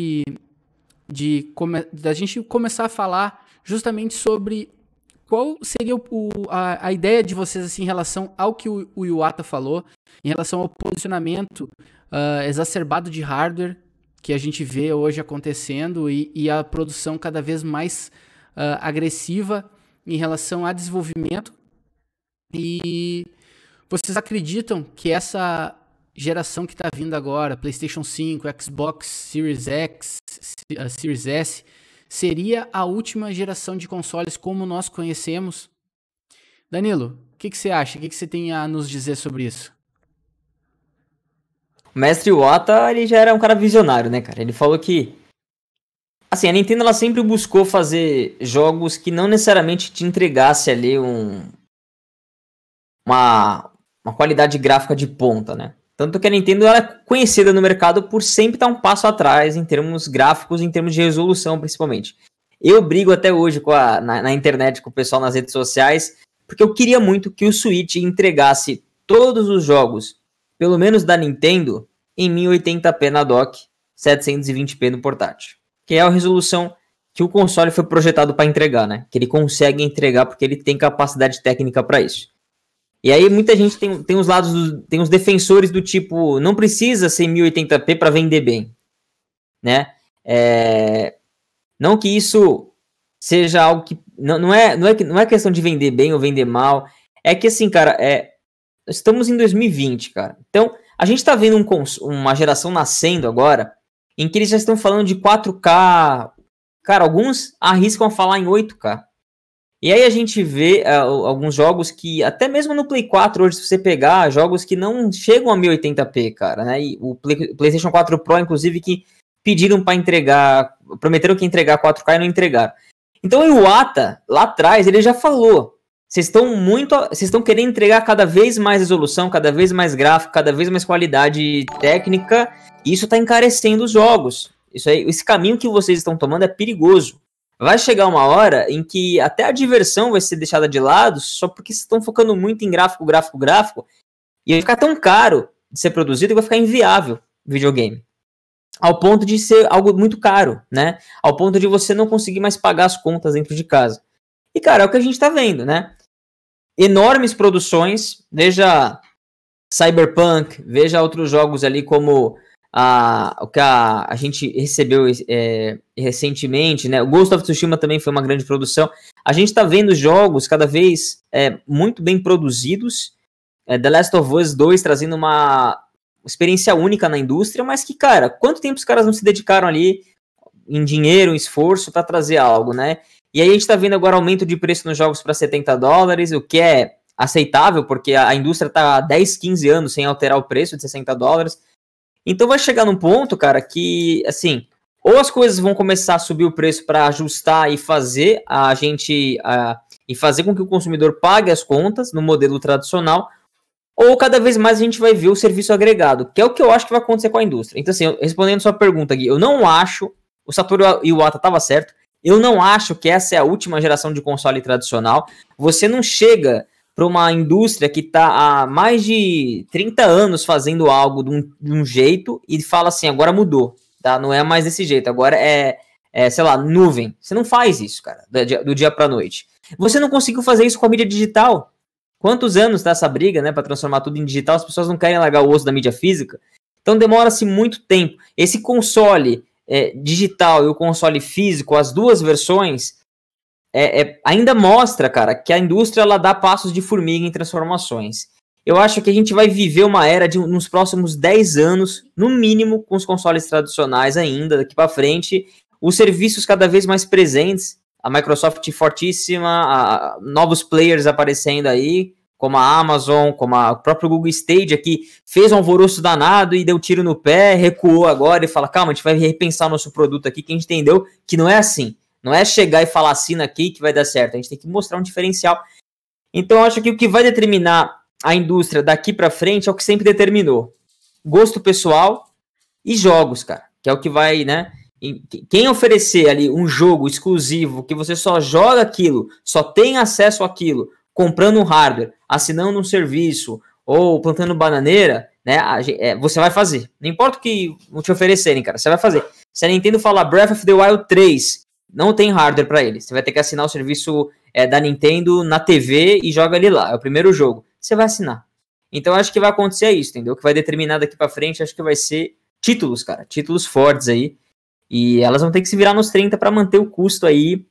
da gente começar a falar justamente sobre qual seria a ideia de vocês assim, em relação ao que o Iwata falou, em relação ao posicionamento exacerbado de hardware que a gente vê hoje acontecendo e a produção cada vez mais agressiva em relação a desenvolvimento. E vocês acreditam que essa geração que está vindo agora, PlayStation 5, Xbox Series X, Series S, seria a última geração de consoles como nós conhecemos? Danilo, o que você acha? O que você tem a nos dizer sobre isso? O mestre Iwata, ele já era um cara visionário, né, cara? Ele falou que... Assim, a Nintendo, ela sempre buscou fazer jogos que não necessariamente te entregasse ali uma qualidade gráfica de ponta, né? Tanto que a Nintendo ela é conhecida no mercado por sempre estar um passo atrás em termos gráficos, em termos de resolução, principalmente. Eu brigo até hoje na internet com o pessoal nas redes sociais, porque eu queria muito que o Switch entregasse todos os jogos, pelo menos da Nintendo, em 1080p na dock, 720p no portátil. Que é a resolução que o console foi projetado para entregar, né? Que ele consegue entregar porque ele tem capacidade técnica para isso. E aí muita gente tem os lados, tem os defensores do tipo, não precisa ser 1080p para vender bem, né? Não que isso seja algo que... Não é questão de vender bem ou vender mal. É que assim, cara, estamos em 2020, cara. Então, a gente tá vendo uma geração nascendo agora em que eles já estão falando de 4K. Cara, alguns arriscam a falar em 8K. E aí a gente vê alguns jogos que, até mesmo no Play 4, hoje, se você pegar, jogos que não chegam a 1080p, cara, né? E o PlayStation 4 Pro, inclusive, que pediram para entregar, prometeram que ia entregar 4K e não entregaram. Então o Iwata, lá atrás, ele já falou, vocês estão querendo entregar cada vez mais resolução, cada vez mais gráfico, cada vez mais qualidade técnica, e isso está encarecendo os jogos. Esse caminho que vocês estão tomando é perigoso. Vai chegar uma hora em que até a diversão vai ser deixada de lado só porque vocês estão focando muito em gráfico, e vai ficar tão caro de ser produzido que vai ficar inviável o videogame. ao ponto de ser algo muito caro, né? Ao ponto de você não conseguir mais pagar as contas dentro de casa. E, cara, é o que a gente tá vendo, né? Enormes produções, veja Cyberpunk, veja outros jogos ali como o que a gente recebeu recentemente, né? O Ghost of Tsushima também foi uma grande produção. A gente tá vendo jogos cada vez muito bem produzidos, The Last of Us 2 trazendo uma experiência única na indústria, mas que, cara, quanto tempo os caras não se dedicaram ali em dinheiro, em esforço para trazer algo, né? E aí a gente tá vendo agora aumento de preço nos jogos para $70, o que é aceitável, porque a indústria tá há 10, 15 anos sem alterar o preço de $60. Então vai chegar num ponto, cara, que, assim, ou as coisas vão começar a subir o preço para ajustar e fazer e fazer com que o consumidor pague as contas no modelo tradicional, ou cada vez mais a gente vai ver o serviço agregado, que é o que eu acho que vai acontecer com a indústria. Então, assim, respondendo sua pergunta, Gui, eu não acho, o Satoru Iwata estava certo, eu não acho que essa é a última geração de console tradicional. Você não chega para uma indústria que está há mais de 30 anos fazendo algo de um jeito e fala assim, agora mudou, tá? Não é mais desse jeito, agora sei lá, nuvem. Você não faz isso, cara, do dia para noite. Você não conseguiu fazer isso com a mídia digital. Quantos anos tá essa briga, né, para transformar tudo em digital? As pessoas não querem largar o osso da mídia física. Então demora-se muito tempo. Esse console digital e o console físico, as duas versões, ainda mostra, cara, que a indústria ela dá passos de formiga em transformações. Eu acho que a gente vai viver uma era nos próximos 10 anos, no mínimo, com os consoles tradicionais ainda, daqui para frente, os serviços cada vez mais presentes, a Microsoft fortíssima, novos players aparecendo aí, como a Amazon, como o próprio Google Stadia, que fez um alvoroço danado e deu tiro no pé, recuou agora e fala, calma, a gente vai repensar nosso produto aqui, que a gente entendeu que não é assim. Não é chegar e falar assina aqui que vai dar certo, a gente tem que mostrar um diferencial. Então eu acho que o que vai determinar a indústria daqui para frente é o que sempre determinou. Gosto pessoal e jogos, cara, que é o que vai, né? Quem oferecer ali um jogo exclusivo, que você só joga aquilo, só tem acesso àquilo, comprando um hardware, assinando um serviço ou plantando bananeira, né? Você vai fazer. Não importa o que te oferecerem, cara, você vai fazer. Se a Nintendo falar Breath of the Wild 3, não tem hardware para ele. Você vai ter que assinar o serviço da Nintendo na TV e joga ele lá. É o primeiro jogo. Você vai assinar. Então eu acho que vai acontecer isso, entendeu? O que vai determinar daqui para frente, acho que vai ser títulos, cara. Títulos fortes aí. E elas vão ter que se virar nos 30 para manter o custo aí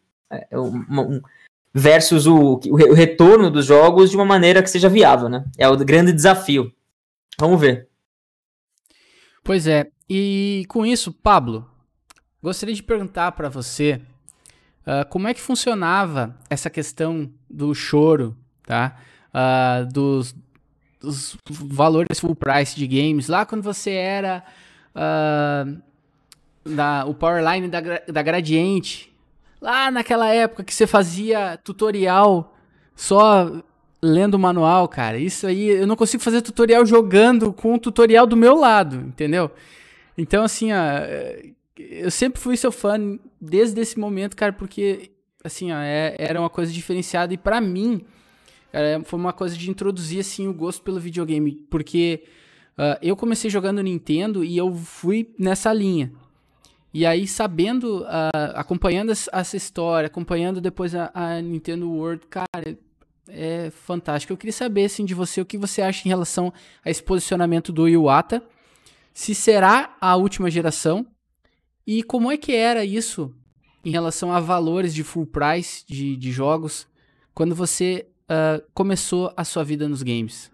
versus o retorno dos jogos de uma maneira que seja viável, né? É o grande desafio. Vamos ver. Pois é. E com isso, Pablo, gostaria de perguntar para você como é que funcionava essa questão do choro, tá? Dos valores full price de games, lá quando você era o Powerline da Gradiente, lá naquela época que você fazia tutorial só lendo o manual, cara. Isso aí, eu não consigo fazer tutorial jogando com o tutorial do meu lado, entendeu? Então, assim, eu sempre fui seu fã desde esse momento, cara, porque, assim, era uma coisa diferenciada. E pra mim, cara, foi uma coisa de introduzir, assim, o gosto pelo videogame. Porque eu comecei jogando Nintendo e eu fui nessa linha. E aí, sabendo, acompanhando essa história, acompanhando depois a Nintendo World, cara, é fantástico. Eu queria saber, assim, de você, o que você acha em relação a esse posicionamento do Iwata. Se será a última geração. E como é que era isso em relação a valores de full price de jogos quando você começou a sua vida nos games?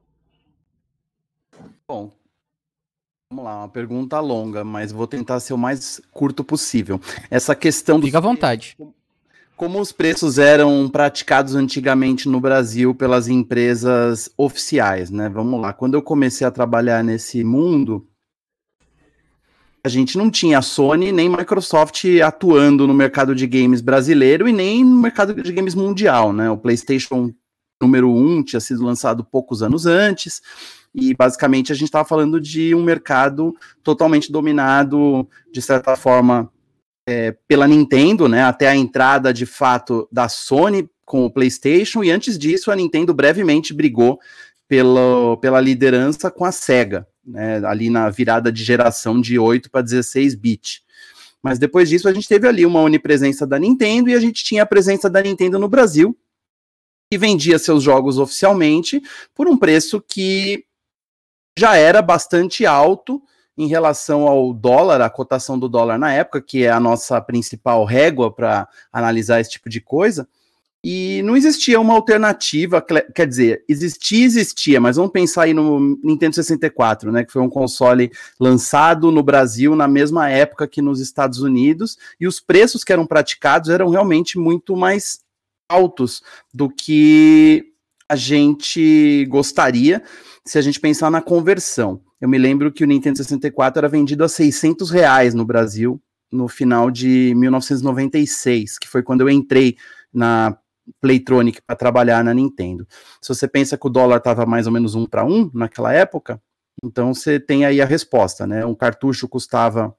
Bom, vamos lá, uma pergunta longa, mas vou tentar ser o mais curto possível. Essa questão do... Fica à vontade. Como os preços eram praticados antigamente no Brasil pelas empresas oficiais, né? Vamos lá, quando eu comecei a trabalhar nesse mundo, a gente não tinha a Sony nem Microsoft atuando no mercado de games brasileiro e nem no mercado de games mundial, né? O PlayStation número 1 tinha sido lançado poucos anos antes e basicamente a gente estava falando de um mercado totalmente dominado, de certa forma, pela Nintendo, né? Até a entrada de fato da Sony com o PlayStation, e antes disso a Nintendo brevemente brigou pela liderança com a Sega. né, ali na virada de geração de 8 para 16 bit. Mas depois disso a gente teve ali uma onipresença da Nintendo e a gente tinha a presença da Nintendo no Brasil, que vendia seus jogos oficialmente por um preço que já era bastante alto em relação ao dólar, a cotação do dólar na época, que é a nossa principal régua para analisar esse tipo de coisa, e não existia uma alternativa, quer dizer, existia, mas vamos pensar aí no Nintendo 64, né, que foi um console lançado no Brasil na mesma época que nos Estados Unidos, e os preços que eram praticados eram realmente muito mais altos do que a gente gostaria se a gente pensar na conversão. Eu me lembro que o Nintendo 64 era vendido a R$600 no Brasil no final de 1996, que foi quando eu entrei na Playtronic para trabalhar na Nintendo. Se você pensa que o dólar estava mais ou menos 1 para 1 naquela época, então você tem aí a resposta, né? Um cartucho custava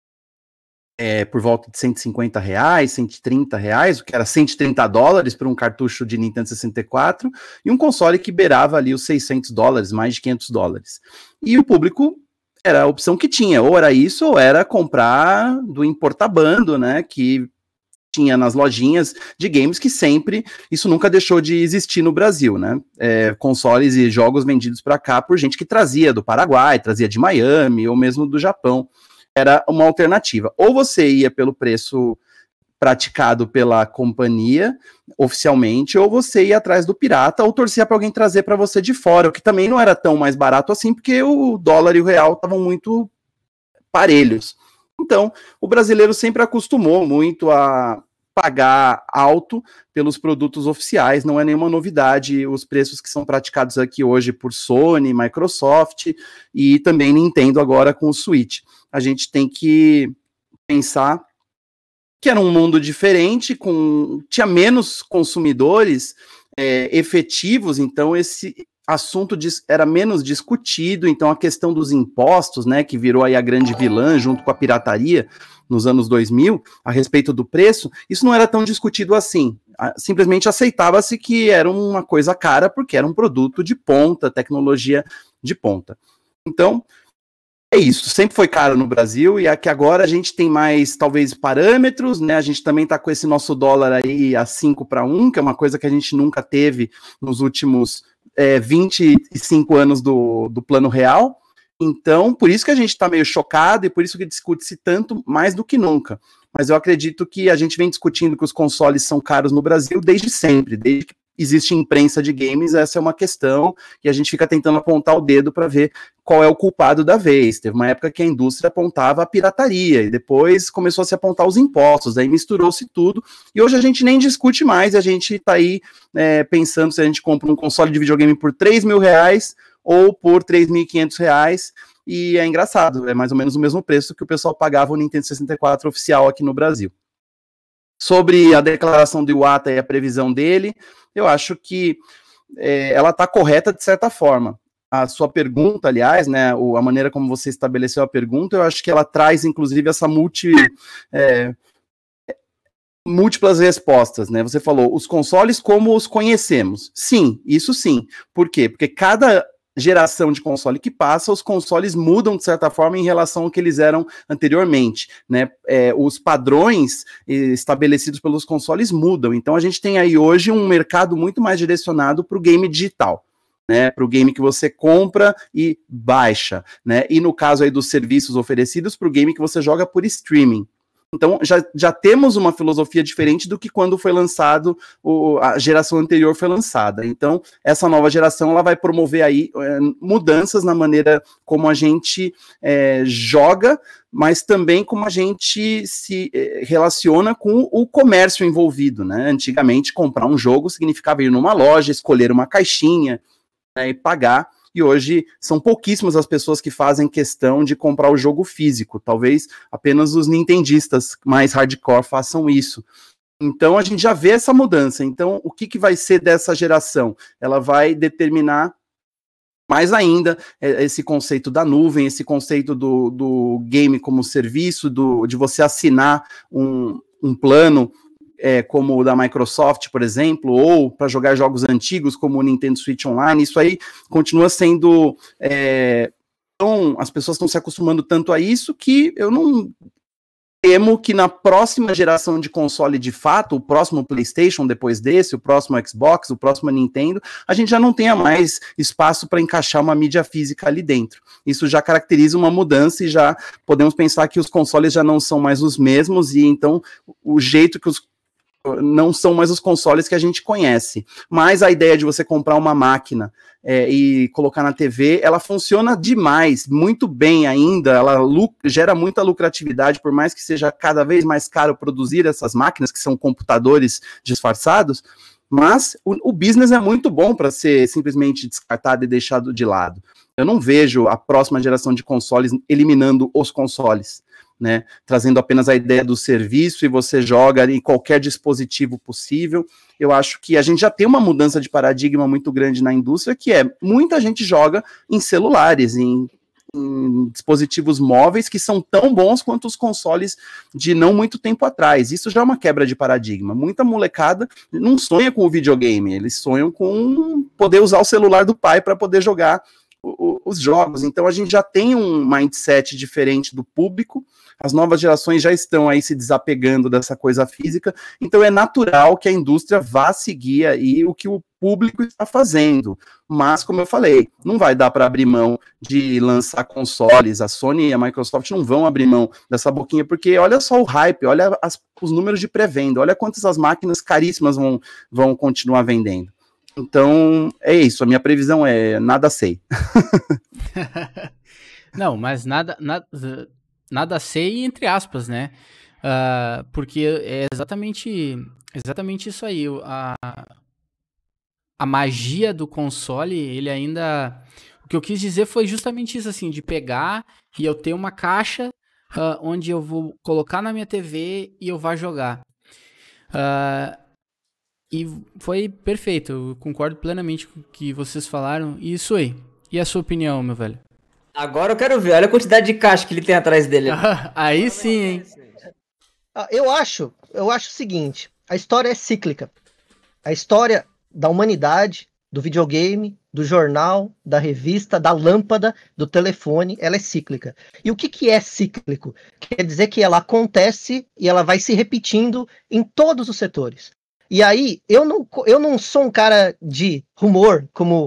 por volta de R$150, R$130, o que era $130 por um cartucho de Nintendo 64, e um console que beirava ali os $600, mais de $500. E o público era a opção que tinha, ou era isso, ou era comprar do importabando, né, que tinha nas lojinhas de games, que sempre, isso nunca deixou de existir no Brasil, né, consoles e jogos vendidos para cá por gente que trazia do Paraguai, trazia de Miami, ou mesmo do Japão. Era uma alternativa. Ou você ia pelo preço praticado pela companhia oficialmente, ou você ia atrás do pirata, ou torcia para alguém trazer para você de fora, o que também não era tão mais barato assim, porque o dólar e o real estavam muito parelhos. Então, o brasileiro sempre acostumou muito a pagar alto pelos produtos oficiais, não é nenhuma novidade os preços que são praticados aqui hoje por Sony, Microsoft e também Nintendo agora com o Switch. A gente tem que pensar que era um mundo diferente, tinha menos consumidores efetivos, então esse assunto era menos discutido, então a questão dos impostos, né, que virou aí a grande vilã junto com a pirataria nos anos 2000, a respeito do preço, isso não era tão discutido assim, simplesmente aceitava-se que era uma coisa cara, porque era um produto de ponta, tecnologia de ponta. Então, é isso, sempre foi caro no Brasil, e aqui agora a gente tem mais, talvez, parâmetros, né, a gente também tá com esse nosso dólar aí a 5 para 1, que é uma coisa que a gente nunca teve nos últimos 25 anos do Plano Real, então, por isso que a gente está meio chocado, e por isso que discute-se tanto, mais do que nunca, mas eu acredito que a gente vem discutindo que os consoles são caros no Brasil desde sempre, desde que existe imprensa de games, essa é uma questão, e a gente fica tentando apontar o dedo para ver qual é o culpado da vez. Teve uma época que a indústria apontava a pirataria, e depois começou a se apontar os impostos, aí misturou-se tudo, e hoje a gente nem discute mais, a gente está aí pensando se a gente compra um console de videogame por R$3.000 ou por R$3.500, e é engraçado, é mais ou menos o mesmo preço que o pessoal pagava o Nintendo 64 oficial aqui no Brasil. Sobre a declaração do Iwata e a previsão dele, eu acho que ela está correta de certa forma. A sua pergunta, aliás, né, a maneira como você estabeleceu a pergunta, eu acho que ela traz, inclusive, essa múltiplas respostas, né? Você falou, os consoles como os conhecemos. Sim, isso sim. Por quê? Porque cada geração de console que passa, os consoles mudam de certa forma em relação ao que eles eram anteriormente, né? Os padrões estabelecidos pelos consoles mudam, então a gente tem aí hoje um mercado muito mais direcionado para o game digital, né? Para o game que você compra e baixa, né? E no caso aí dos serviços oferecidos, para o game que você joga por streaming. Então, já temos uma filosofia diferente do que quando foi lançado, a geração anterior foi lançada. Então, essa nova geração ela vai promover aí mudanças na maneira como a gente joga, mas também como a gente se relaciona com o comércio envolvido, né? Antigamente, comprar um jogo significava ir numa loja, escolher uma caixinha, né, e pagar. E hoje são pouquíssimas as pessoas que fazem questão de comprar o jogo físico. Talvez apenas os nintendistas mais hardcore façam isso. Então a gente já vê essa mudança. Então o que vai ser dessa geração? Ela vai determinar mais ainda esse conceito da nuvem, esse conceito do game como serviço, de você assinar um plano como o da Microsoft, por exemplo, ou para jogar jogos antigos como o Nintendo Switch Online. Isso aí continua sendo as pessoas estão se acostumando tanto a isso que eu não temo que na próxima geração de console, de fato, o próximo PlayStation depois desse, o próximo Xbox, o próximo Nintendo, a gente já não tenha mais espaço para encaixar uma mídia física ali dentro. Isso já caracteriza uma mudança e já podemos pensar que os consoles já não são mais os mesmos e então o jeito que não são mais os consoles que a gente conhece. Mas a ideia de você comprar uma máquina e colocar na TV, ela funciona demais, muito bem ainda, ela gera muita lucratividade, por mais que seja cada vez mais caro produzir essas máquinas, que são computadores disfarçados, mas o business é muito bom para ser simplesmente descartado e deixado de lado. Eu não vejo a próxima geração de consoles eliminando os consoles, né, trazendo apenas a ideia do serviço e você joga em qualquer dispositivo possível. Eu acho que a gente já tem uma mudança de paradigma muito grande na indústria, que muita gente joga em celulares, em dispositivos móveis que são tão bons quanto os consoles de não muito tempo atrás. Isso já é uma quebra de paradigma. Muita molecada não sonha com o videogame, eles sonham com poder usar o celular do pai para poder jogar os jogos. Então a gente já tem um mindset diferente do público, as novas gerações já estão aí se desapegando dessa coisa física, então é natural que a indústria vá seguir aí o que o público está fazendo, mas como eu falei, não vai dar para abrir mão de lançar consoles, a Sony e a Microsoft não vão abrir mão dessa boquinha, porque olha só o hype, olha os números de pré-venda, olha quantas as máquinas caríssimas vão continuar vendendo. Então, é isso. A minha previsão é nada sei. Não, mas nada sei entre aspas, né? Porque é exatamente isso aí. A magia do console, ele ainda... O que eu quis dizer foi justamente isso, assim, de pegar e eu ter uma caixa onde eu vou colocar na minha TV e eu vou jogar. E foi perfeito, eu concordo plenamente com o que vocês falaram. E isso aí. E a sua opinião, meu velho? Agora eu quero ver, olha a quantidade de caixa que ele tem atrás dele. Aí sim, hein? Eu acho o seguinte, a história é cíclica. A história da humanidade, do videogame, do jornal, da revista, da lâmpada, do telefone, ela é cíclica. E o que é cíclico? Quer dizer que ela acontece e ela vai se repetindo em todos os setores. E aí, eu não sou um cara de rumor, como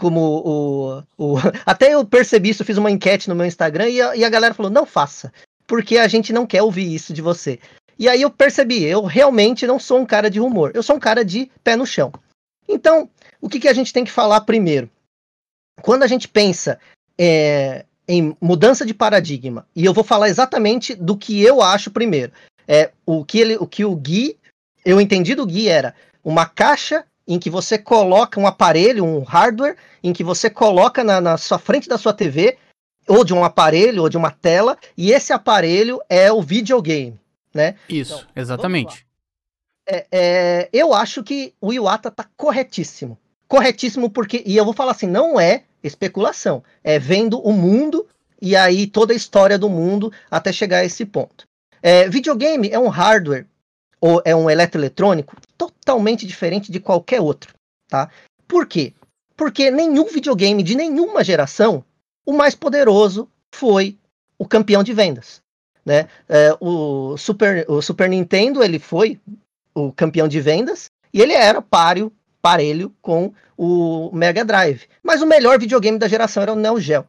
até eu percebi isso, fiz uma enquete no meu Instagram e a galera falou, não faça, porque a gente não quer ouvir isso de você. E aí eu percebi, eu realmente não sou um cara de rumor, eu sou um cara de pé no chão. Então, o que a gente tem que falar primeiro? Quando a gente pensa em mudança de paradigma, e eu vou falar exatamente do que eu acho primeiro, o que o Gui, eu entendi do Gui, era uma caixa em que você coloca um aparelho, um hardware, em que você coloca na sua frente da sua TV, ou de um aparelho, ou de uma tela, e esse aparelho é o videogame, né? Isso, então, exatamente. Eu acho que o Iwata tá corretíssimo. Corretíssimo porque, e eu vou falar assim, não é especulação, é vendo o mundo, e aí toda a história do mundo, até chegar a esse ponto. Videogame é um hardware, ou é um eletroeletrônico totalmente diferente de qualquer outro, tá? Por quê? Porque nenhum videogame de nenhuma geração, o mais poderoso foi o campeão de vendas, né? O Super Nintendo, ele foi o campeão de vendas e ele era parelho com o Mega Drive. Mas o melhor videogame da geração era o Neo Geo.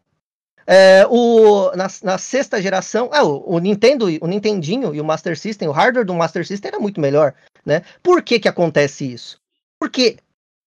Na sexta geração, o Nintendinho e o Master System, o hardware do Master System era muito melhor, né? Por que acontece isso? Porque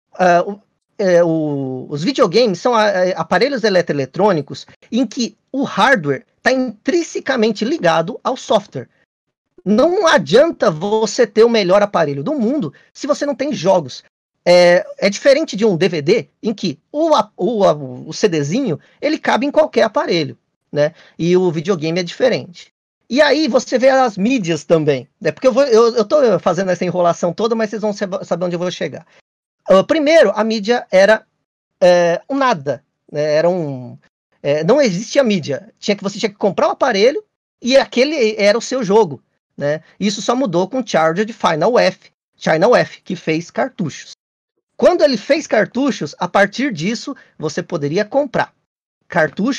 os videogames são aparelhos eletroeletrônicos em que o hardware está intrinsecamente ligado ao software. Não adianta você ter o melhor aparelho do mundo se você não tem jogos. É diferente de um DVD em que o CDzinho ele cabe em qualquer aparelho, né? E o videogame é diferente. E aí você vê as mídias também, né? Porque eu tô fazendo essa enrolação toda, mas vocês vão saber onde eu vou chegar. Primeiro, a mídia era um nada, né? Não existia mídia. Você tinha que comprar o aparelho e aquele era o seu jogo, né? Isso só mudou com o Charger de China F, que fez cartuchos. Quando ele fez cartuchos, a partir disso, você poderia comprar cartuchos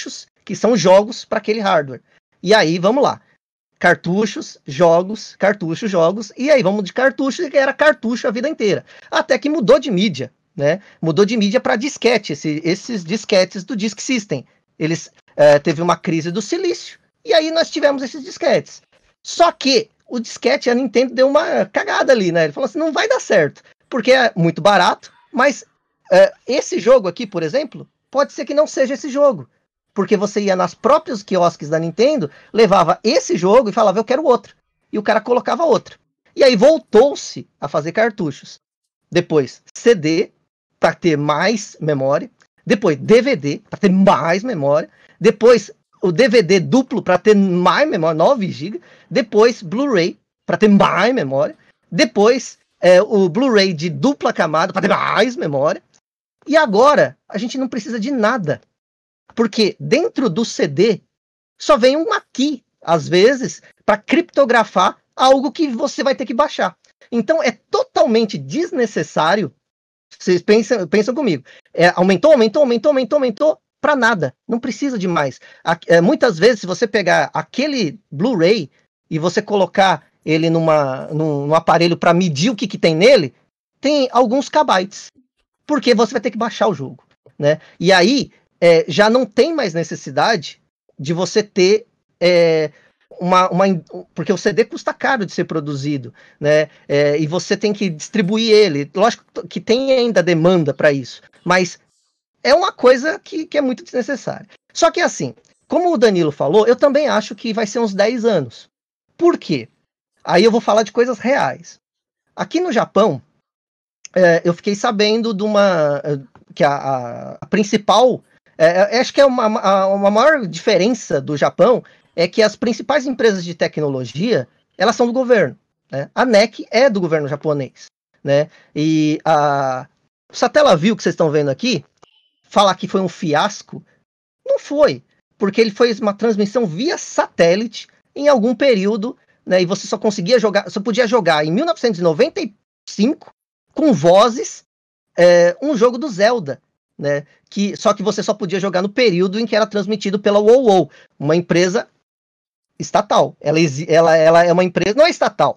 que são jogos para aquele hardware. E aí, vamos lá. Cartuchos, jogos, e aí vamos de cartucho, que era cartucho a vida inteira. Até que mudou de mídia, né? Mudou de mídia para disquete, esses disquetes do Disk System. Eles teve uma crise do silício, e aí nós tivemos esses disquetes. Só que o disquete, a Nintendo deu uma cagada ali, né? Ele falou assim, não vai dar certo, porque é muito barato, mas esse jogo aqui, por exemplo, pode ser que não seja esse jogo. Porque você ia nas próprios quiosques da Nintendo, levava esse jogo e falava, eu quero outro. E o cara colocava outro. E aí voltou-se a fazer cartuchos. Depois CD, para ter mais memória. Depois DVD, para ter mais memória. Depois o DVD duplo, para ter mais memória, 9 GB. Depois Blu-ray, para ter mais memória. Depois o Blu-ray de dupla camada, para ter mais memória. E agora, a gente não precisa de nada. Porque dentro do CD só vem uma key, às vezes, para criptografar algo que você vai ter que baixar. Então é totalmente desnecessário. Vocês pensam comigo. Aumentou para nada. Não precisa de mais. Muitas vezes, se você pegar aquele Blu-ray e você colocar ele num aparelho para medir o que tem nele, tem alguns kbytes. Porque você vai ter que baixar o jogo, né? E aí já não tem mais necessidade de você ter porque o CD custa caro de ser produzido, né? E você tem que distribuir ele. Lógico que tem ainda demanda para isso, mas é uma coisa que é muito desnecessária. Só que assim, como o Danilo falou, eu também acho que vai ser uns 10 anos. Por quê? Aí eu vou falar de coisas reais. Aqui no Japão, eu fiquei sabendo de que a principal... acho que uma maior diferença do Japão é que as principais empresas de tecnologia, elas são do governo, né? A NEC é do governo japonês, né? E a Satellaview, que vocês estão vendo aqui, falar que foi um fiasco, não foi, porque ele fez uma transmissão via satélite em algum período, né? E você só podia jogar em 1995 com vozes um jogo do Zelda, né? Só que você só podia jogar no período em que era transmitido pela WoW, uma empresa estatal. Ela é uma empresa, não é estatal,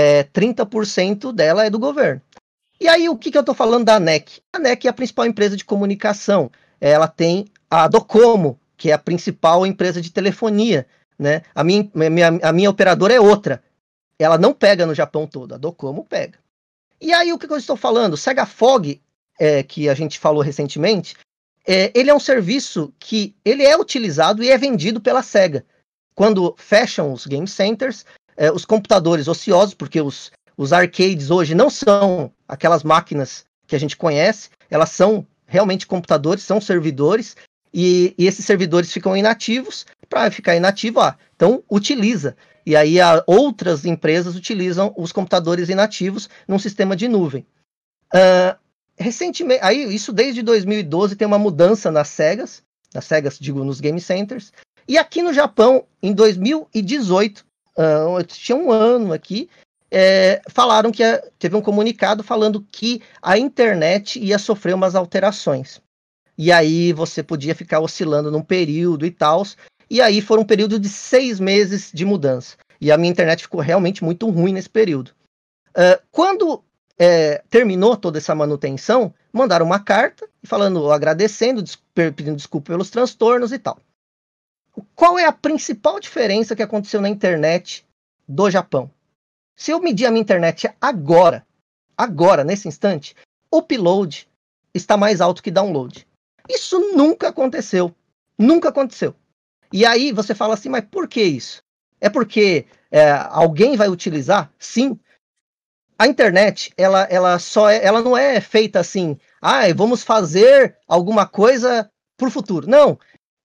30% dela é do governo. E aí, o que eu estou falando da NEC? A NEC é a principal empresa de comunicação. Ela tem a Docomo, que é a principal empresa de telefonia, né? A minha operadora é outra. Ela não pega no Japão todo, a Docomo pega. E aí, o que eu estou falando? O Sega Fog, que a gente falou recentemente, ele é um serviço que ele é utilizado e é vendido pela Sega. Quando fecham os game centers, os computadores ociosos, porque os arcades hoje não são aquelas máquinas que a gente conhece, elas são realmente computadores, são servidores, e esses servidores ficam inativos. Para ficar inativo, então utiliza. E aí outras empresas utilizam os computadores inativos num sistema de nuvem. Recentemente, aí isso desde 2012 tem uma mudança nas Segas, digo, nos game centers. E aqui no Japão, em 2018, tinha um ano aqui, falaram que teve um comunicado falando que a internet ia sofrer umas alterações. E aí você podia ficar oscilando num período e tal. E aí foi um período de 6 meses de mudança. E a minha internet ficou realmente muito ruim nesse período. Quando terminou toda essa manutenção, mandaram uma carta agradecendo, pedindo desculpa pelos transtornos e tal. Qual é a principal diferença que aconteceu na internet do Japão? Se eu medir a minha internet agora, nesse instante, upload está mais alto que download. Isso nunca aconteceu. Nunca aconteceu. E aí você fala assim, mas por que isso? É porque alguém vai utilizar? Sim. A internet, ela não é feita assim, vamos fazer alguma coisa para o futuro. Não.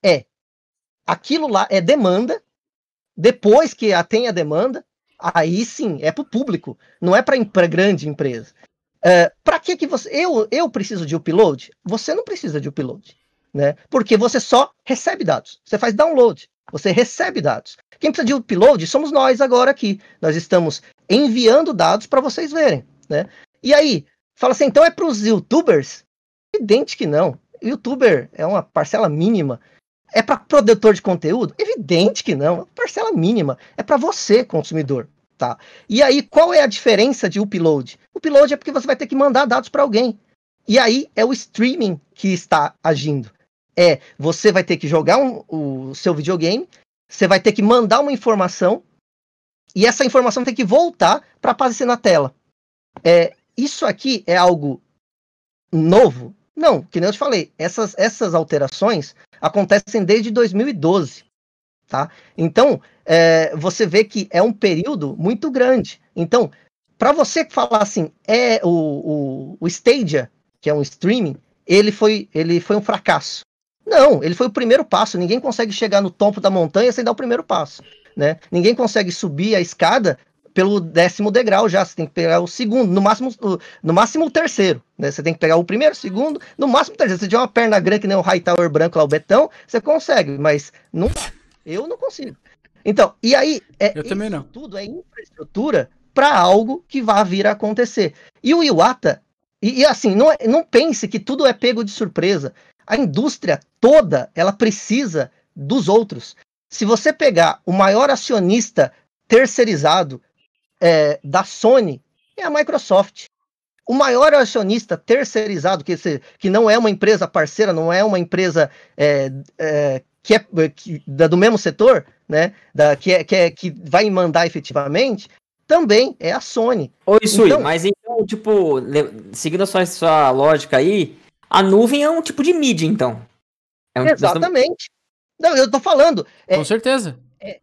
Aquilo lá é demanda. Depois que tem a demanda, aí sim, é para o público. Não é para grande empresa. Para que você... Eu preciso de upload? Você não precisa de upload, né? Porque você só recebe dados. Você faz download, você recebe dados. Quem precisa de upload somos nós agora aqui. Nós estamos enviando dados para vocês verem, né? E aí, fala assim, então é para os YouTubers? Evidente que não. YouTuber é uma parcela mínima. É para produtor de conteúdo? Evidente que não, parcela mínima. É para você, consumidor. Tá? E aí, qual é a diferença de upload? Upload é porque você vai ter que mandar dados para alguém. E aí é o streaming que está agindo. Você vai ter que jogar o seu videogame, você vai ter que mandar uma informação, e essa informação tem que voltar para aparecer na tela. Isso aqui é algo novo? Não, que nem eu te falei, essas alterações acontecem desde 2012, tá? Então, você vê que é um período muito grande. Então, para você falar assim, o Stadia, que é um streaming, ele foi um fracasso. Não, ele foi o primeiro passo. Ninguém consegue chegar no topo da montanha sem dar o primeiro passo, né? Ninguém consegue subir a escada pelo 10º degrau já, você tem que pegar o segundo, no máximo o terceiro, né? Você tem que pegar o primeiro, o segundo, no máximo o terceiro. Se você tiver uma perna grande que nem o Hightower branco lá, o Betão, você consegue, mas não dá. Eu não consigo. Então, e aí, eu também não. Tudo é infraestrutura para algo que vai vir a acontecer. E o Iwata, e assim, não pense que tudo é pego de surpresa. A indústria toda, ela precisa dos outros. Se você pegar o maior acionista terceirizado da Sony, é a Microsoft. O maior acionista terceirizado, que não é uma empresa parceira, não é uma empresa do mesmo setor, né, que vai mandar efetivamente, também é a Sony. Oi, Sui, então, mas então, tipo, seguindo a sua lógica aí, a nuvem é um tipo de mídia, então. Exatamente. Não, eu tô falando. Com certeza.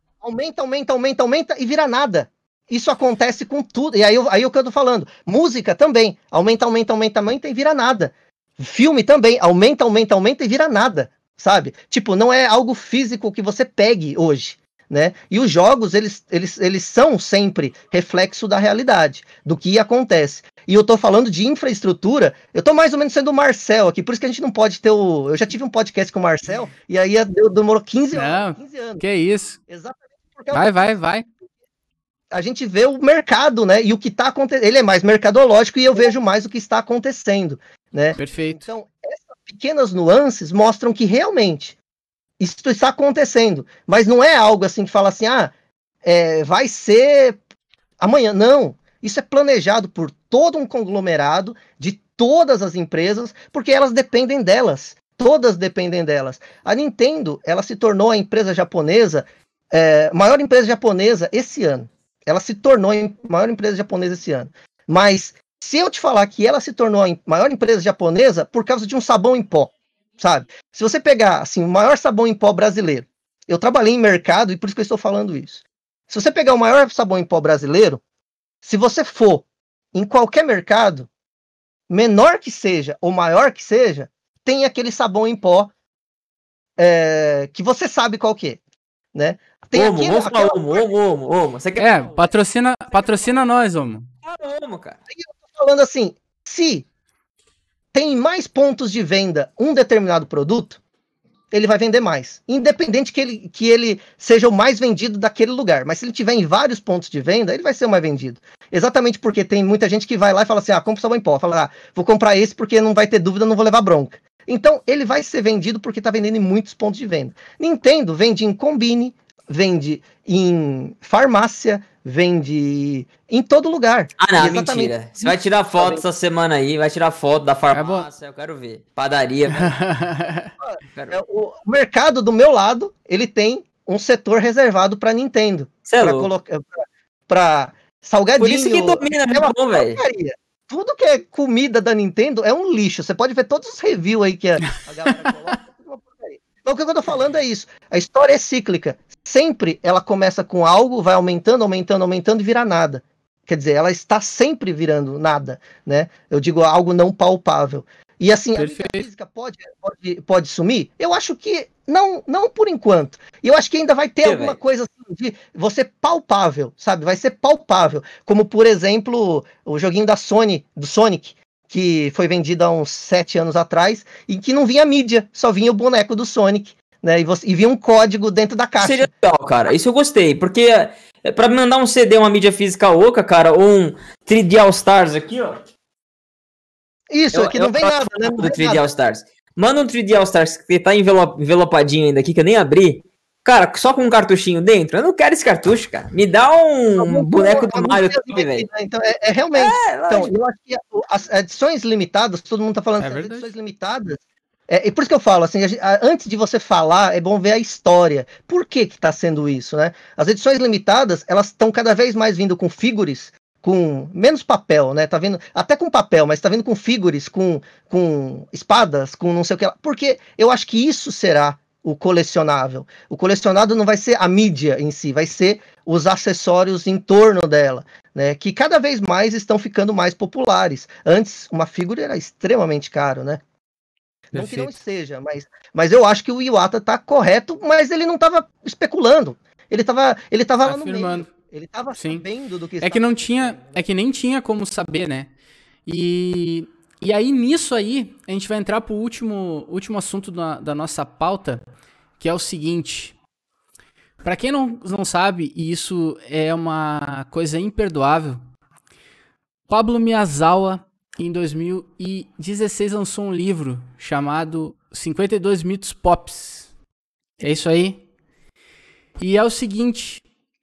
Aumenta e vira nada. Isso acontece com tudo. E aí o que eu tô falando. Música também. Aumenta e vira nada. Filme também. Aumenta e vira nada. Sabe? Tipo, não é algo físico que você pegue hoje. Né? E os jogos, eles são sempre reflexo da realidade, do que acontece. E eu tô falando de infraestrutura, eu tô mais ou menos sendo o Marcel aqui, por isso que a gente não pode ter eu já tive um podcast com o Marcel, e aí demorou 15 anos. Que isso? Exatamente. Porque vai. A gente vê o mercado, né? E o que tá acontecendo, ele é mais mercadológico e eu vejo mais o que está acontecendo, né? Perfeito. Então, essas pequenas nuances mostram que realmente isso está acontecendo, mas não é algo assim que fala assim, vai ser amanhã. Não, isso é planejado por todo um conglomerado de todas as empresas, porque elas dependem delas, todas dependem delas. A Nintendo, ela se tornou a empresa japonesa, maior empresa japonesa esse ano. Ela se tornou a maior empresa japonesa esse ano. Mas se eu te falar que ela se tornou a maior empresa japonesa por causa de um sabão em pó, sabe? Se você pegar assim, o maior sabão em pó brasileiro, eu trabalhei em mercado e por isso que eu estou falando isso. Se você pegar o maior sabão em pó brasileiro, se você for em qualquer mercado, menor que seja ou maior que seja, tem aquele sabão em pó que você sabe qual que é, né? Tem Omo. Você quer... patrocina nós, Omo. Omo, cara. Aí eu tô falando assim, se tem mais pontos de venda um determinado produto, ele vai vender mais. Independente que ele seja o mais vendido daquele lugar. Mas se ele tiver em vários pontos de venda, ele vai ser o mais vendido. Exatamente porque tem muita gente que vai lá e fala assim, compra sabão em pó. Fala, vou comprar esse porque não vai ter dúvida, não vou levar bronca. Então, ele vai ser vendido porque está vendendo em muitos pontos de venda. Nintendo vende em Combine, vende em farmácia, vende em todo lugar. Não, mentira. Você vai tirar foto essa semana aí, vai tirar foto da farmácia, eu quero ver. Padaria. O mercado do meu lado, ele tem um setor reservado para Nintendo. Para salgadinho. Por isso que domina, bom, velho. Tudo que é comida da Nintendo é um lixo. Você pode ver todos os reviews aí que a galera coloca. Então, o que eu tô falando é isso. A história é cíclica. Sempre ela começa com algo, vai aumentando e vira nada. Quer dizer, ela está sempre virando nada, né? Eu digo algo não palpável. E assim, perfeito. A física pode sumir? Eu acho que não por enquanto. E eu acho que ainda vai ter alguma coisa assim de você palpável, sabe? Vai ser palpável. Como, por exemplo, o joguinho da Sony, do Sonic, que foi vendido há uns 7 anos atrás, e que não vinha mídia, só vinha o boneco do Sonic, né? E vinha um código dentro da caixa. Seria legal, cara. Isso eu gostei, porque pra mandar um CD, uma mídia física oca, cara, ou um 3D All Stars aqui, ó. Isso, aqui não vem nada, né? Do 3D All Stars. Manda um 3D All Stars que tá envelopadinho ainda aqui, que eu nem abri. Cara, só com um cartuchinho dentro. Eu não quero esse cartucho, cara. Me dá um boneco do Mario aqui, velho. Então, realmente. Então, eu acho que as edições limitadas, todo mundo tá falando das edições limitadas. E por isso que eu falo, assim, antes de você falar, é bom ver a história. Por que tá sendo isso, né? As edições limitadas, elas estão cada vez mais vindo com figures, com menos papel, né? Tá vindo até com papel, mas tá vindo com figures, com espadas, com não sei o que lá. Porque eu acho que isso será o colecionável. O colecionável não vai ser a mídia em si, vai ser os acessórios em torno dela, né? Que cada vez mais estão ficando mais populares. Antes, uma figura era extremamente caro, né? Não que não seja, mas eu acho que o Iwata tá correto, mas ele não tava especulando. Ele tava lá no meio. Ele tava sabendo do que que não tinha, que nem tinha como saber, né? E aí, nisso aí, a gente vai entrar pro último assunto da nossa pauta, que é o seguinte. Para quem não sabe, e isso é uma coisa imperdoável, Pablo Miyazawa, em 2016, lançou um livro chamado 52 Mitos Pops. É isso aí. E é o seguinte...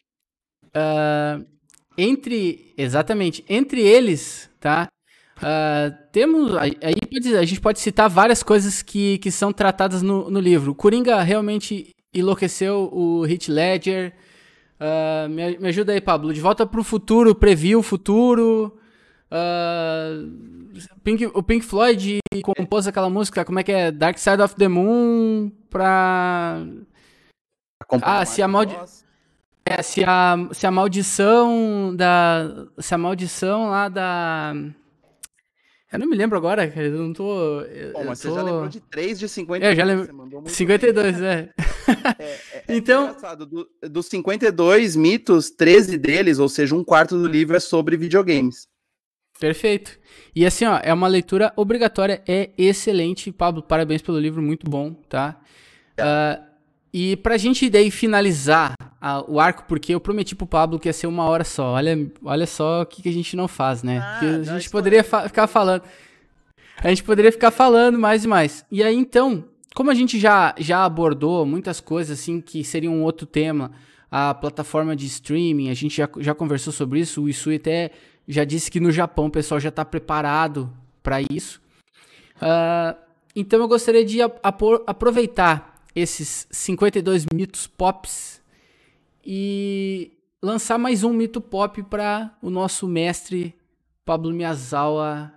entre eles, tá? Temos... Aí a gente pode citar várias coisas que são tratadas no livro. O Coringa realmente enlouqueceu o Heath Ledger. Me ajuda aí, Pablo. De Volta pro Futuro, previu o futuro... o Pink Floyd compôs aquela música, como é que é? Dark Side of the Moon pra... se a maldição lá da... Eu não me lembro agora, cara, eu não tô... Mas você já lembrou de 3 de 52, já lembro. 52, bem. Então... engraçado, dos 52 mitos, 13 deles, ou seja, um quarto do livro é sobre videogames. Perfeito. E assim, ó, é uma leitura obrigatória, é excelente. Pablo, parabéns pelo livro, muito bom, tá? E pra gente daí finalizar o arco, porque eu prometi pro Pablo que ia ser 1 hora só. Olha só o que a gente não faz, né? A gente poderia ficar falando. A gente poderia ficar falando mais e mais. E aí, então, como a gente já abordou muitas coisas, assim, que seriam um outro tema, a plataforma de streaming, a gente já conversou sobre isso, o Isui até... já disse que no Japão o pessoal já está preparado para isso. Então eu gostaria de aproveitar esses 52 mitos pops e lançar mais um mito pop para o nosso mestre Pablo Miyazawa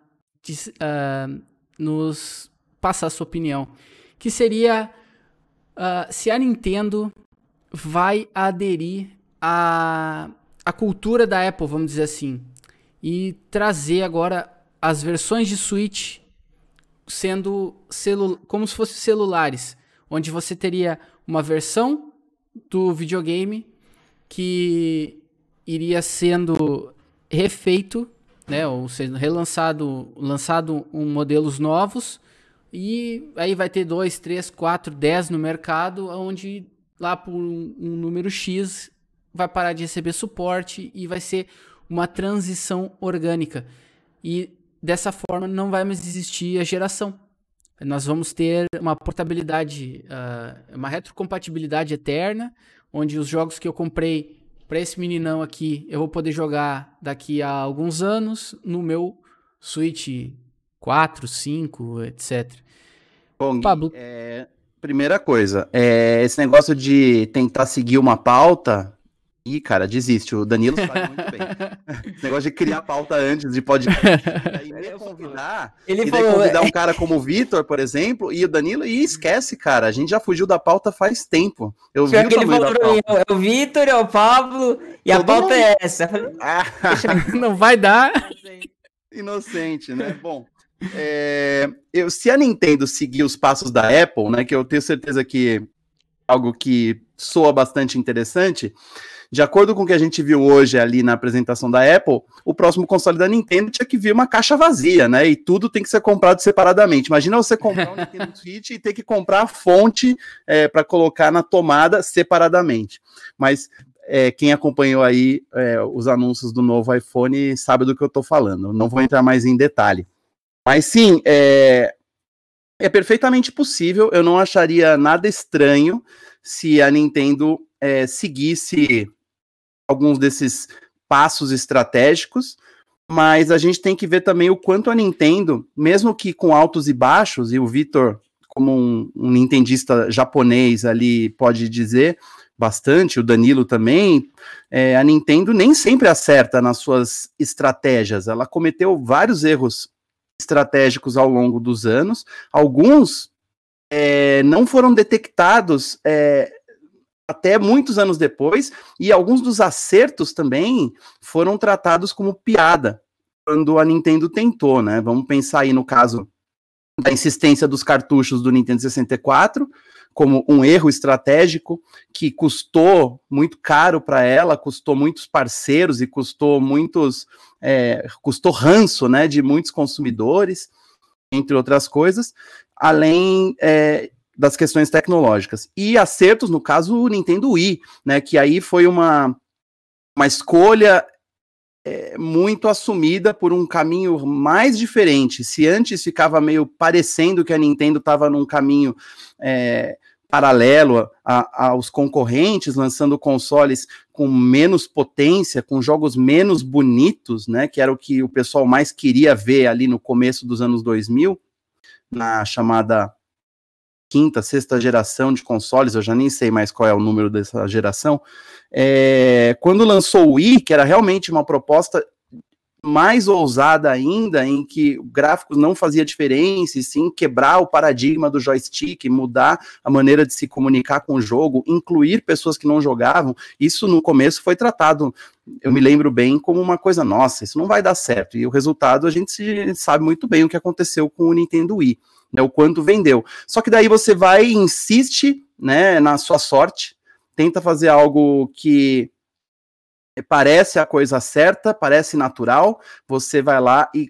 nos passar a sua opinião. Que seria se a Nintendo vai aderir à cultura da Apple, vamos dizer assim. E trazer agora as versões de Switch sendo como se fossem celulares, onde você teria uma versão do videogame que iria sendo refeito, né, ou sendo lançado modelos novos, e aí vai ter 2, 3, 4, 10 no mercado, onde lá por um número X vai parar de receber suporte e vai ser uma transição orgânica. E dessa forma não vai mais existir a geração. Nós vamos ter uma portabilidade, uma retrocompatibilidade eterna, onde os jogos que eu comprei para esse meninão aqui, eu vou poder jogar daqui a alguns anos no meu Switch 4, 5, etc. Bom, Pablo, primeira coisa, esse negócio de tentar seguir uma pauta... cara, desiste. O Danilo sabe muito bem. Esse negócio de criar pauta antes de podcast. E daí convidar um cara como o Vitor, por exemplo, e o Danilo, e esquece, cara. A gente já fugiu da pauta faz tempo. Eu vi o tamanho da pauta. É o Vitor, é o Pablo, e a pauta é essa. Não vai dar. Inocente, né? Bom, se a Nintendo seguir os passos da Apple, né, que eu tenho certeza que é algo que soa bastante interessante... De acordo com o que a gente viu hoje ali na apresentação da Apple, o próximo console da Nintendo tinha que vir uma caixa vazia, né? E tudo tem que ser comprado separadamente. Imagina você comprar um Nintendo Switch e ter que comprar a fonte para colocar na tomada separadamente. Mas quem acompanhou aí os anúncios do novo iPhone sabe do que eu estou falando. Não vou entrar mais em detalhe. Mas sim, É perfeitamente possível, eu não acharia nada estranho se a Nintendo seguisse alguns desses passos estratégicos, mas a gente tem que ver também o quanto a Nintendo, mesmo que com altos e baixos, e o Vitor, como um nintendista japonês ali, pode dizer bastante, o Danilo também, a Nintendo nem sempre acerta nas suas estratégias, ela cometeu vários erros estratégicos ao longo dos anos, alguns não foram detectados até muitos anos depois, e alguns dos acertos também foram tratados como piada, quando a Nintendo tentou, né? Vamos pensar aí no caso da insistência dos cartuchos do Nintendo 64, como um erro estratégico que custou muito caro para ela, custou muitos parceiros e custou ranço, né, de muitos consumidores, entre outras coisas, além das questões tecnológicas. E acertos, no caso, o Nintendo Wii, né, que aí foi uma escolha muito assumida por um caminho mais diferente. Se antes ficava meio parecendo que a Nintendo estava num caminho paralelo aos concorrentes, lançando consoles com menos potência, com jogos menos bonitos, né, que era o que o pessoal mais queria ver ali no começo dos anos 2000, na chamada quinta, sexta geração de consoles, eu já nem sei mais qual é o número dessa geração, quando lançou o Wii, que era realmente uma proposta mais ousada ainda, em que o gráfico não fazia diferença, e sim quebrar o paradigma do joystick, mudar a maneira de se comunicar com o jogo, incluir pessoas que não jogavam, isso no começo foi tratado, eu me lembro bem, como uma coisa, nossa, isso não vai dar certo, e o resultado a gente sabe muito bem o que aconteceu com o Nintendo Wii, né, o quanto vendeu. Só que daí você vai e insiste, né, na sua sorte, tenta fazer algo que parece a coisa certa, parece natural, você vai lá e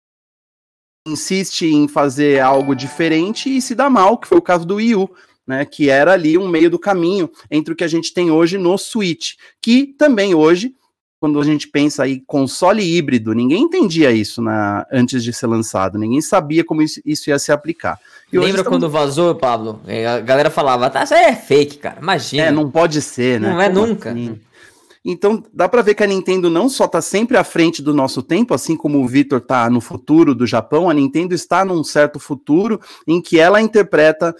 insiste em fazer algo diferente e se dá mal, que foi o caso do Wii U, né, que era ali um meio do caminho entre o que a gente tem hoje no Switch, que também hoje, quando a gente pensa aí console híbrido, ninguém entendia isso antes de ser lançado, ninguém sabia como isso ia se aplicar. E lembra quando vazou, Pablo? A galera falava, tá, isso aí é fake, cara, imagina. Não pode ser, né? Não é como nunca. Assim? Então, dá para ver que a Nintendo não só está sempre à frente do nosso tempo, assim como o Vitor está no futuro do Japão, a Nintendo está num certo futuro em que ela interpreta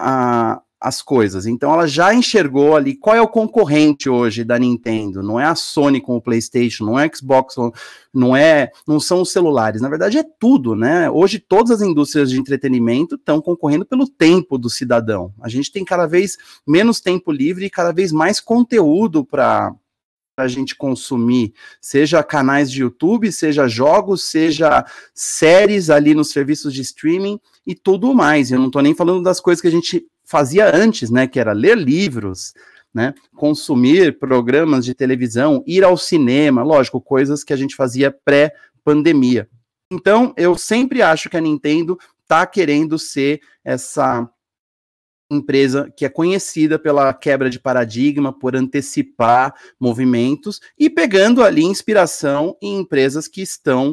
as coisas. Então, ela já enxergou ali qual é o concorrente hoje da Nintendo. Não é a Sony com o PlayStation, não é a Xbox, não são os celulares. Na verdade, é tudo, né? Hoje, todas as indústrias de entretenimento estão concorrendo pelo tempo do cidadão. A gente tem cada vez menos tempo livre e cada vez mais conteúdo para a gente consumir, seja canais de YouTube, seja jogos, seja séries ali nos serviços de streaming e tudo mais. Eu não estou nem falando das coisas que a gente fazia antes, né, que era ler livros, né, consumir programas de televisão, ir ao cinema, lógico, coisas que a gente fazia pré-pandemia. Então, eu sempre acho que a Nintendo está querendo ser essa empresa que é conhecida pela quebra de paradigma, por antecipar movimentos e pegando ali inspiração em empresas que estão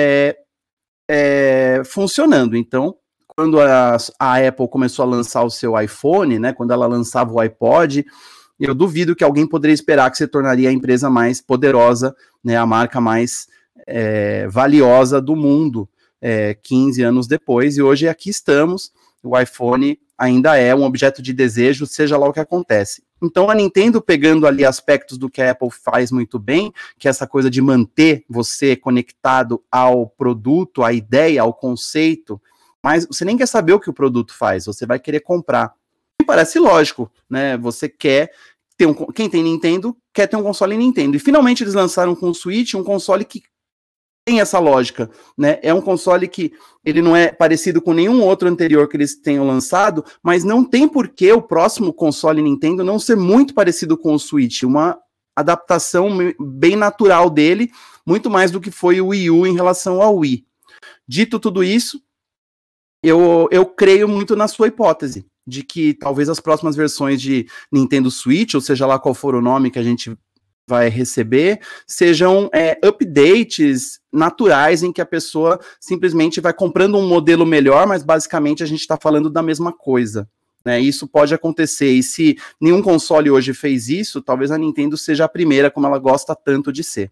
funcionando. Então, quando a Apple começou a lançar o seu iPhone, né, quando ela lançava o iPod, eu duvido que alguém poderia esperar que se tornaria a empresa mais poderosa, né, a marca mais valiosa do mundo 15 anos depois, e hoje aqui estamos, o iPhone ainda é um objeto de desejo, seja lá o que acontece. Então a Nintendo pegando ali aspectos do que a Apple faz muito bem, que é essa coisa de manter você conectado ao produto, à ideia, ao conceito, mas você nem quer saber o que o produto faz, você vai querer comprar. E parece lógico, né? Você quer ter quem tem Nintendo quer ter um console Nintendo. E finalmente eles lançaram com o Switch um console que tem essa lógica, né? É um console que ele não é parecido com nenhum outro anterior que eles tenham lançado, mas não tem por que o próximo console Nintendo não ser muito parecido com o Switch, uma adaptação bem natural dele, muito mais do que foi o Wii U em relação ao Wii. Dito tudo isso, eu creio muito na sua hipótese, de que talvez as próximas versões de Nintendo Switch, ou seja lá qual for o nome que a gente vai receber sejam updates naturais em que a pessoa simplesmente vai comprando um modelo melhor, mas basicamente a gente está falando da mesma coisa. Né? Isso pode acontecer, e se nenhum console hoje fez isso, talvez a Nintendo seja a primeira, como ela gosta tanto de ser.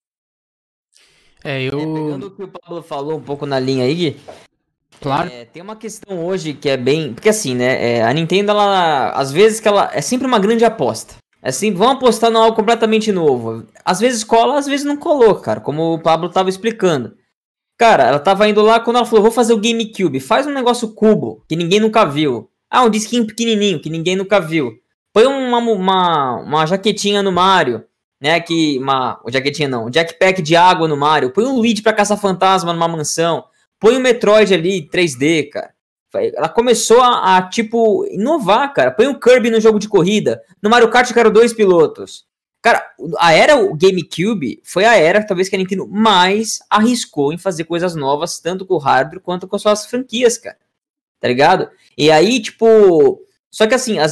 Pegando o que o Pablo falou um pouco na linha aí, claro. Tem uma questão hoje que é bem... Porque assim, né, a Nintendo, ela, às vezes, que ela é sempre uma grande aposta. É assim, vão apostar em algo completamente novo. Às vezes cola, às vezes não colou, cara, como o Pablo tava explicando. Cara, ela tava indo lá, quando ela falou, vou fazer o GameCube, faz um negócio cubo, que ninguém nunca viu. Um disquinho pequenininho, que ninguém nunca viu. Põe uma jaquetinha no Mario, né, jaquetinha não, um jackpack de água no Mario. Põe um Luigi pra caçar fantasma numa mansão. Põe o Metroid ali, 3D, cara. Ela começou a tipo, inovar, cara. Põe o Kirby no jogo de corrida. No Mario Kart eu quero 2 pilotos. Cara, a era GameCube foi a era, talvez, que a Nintendo mais arriscou em fazer coisas novas, tanto com o hardware quanto com as suas franquias, cara. Tá ligado? E aí, tipo... Só que assim,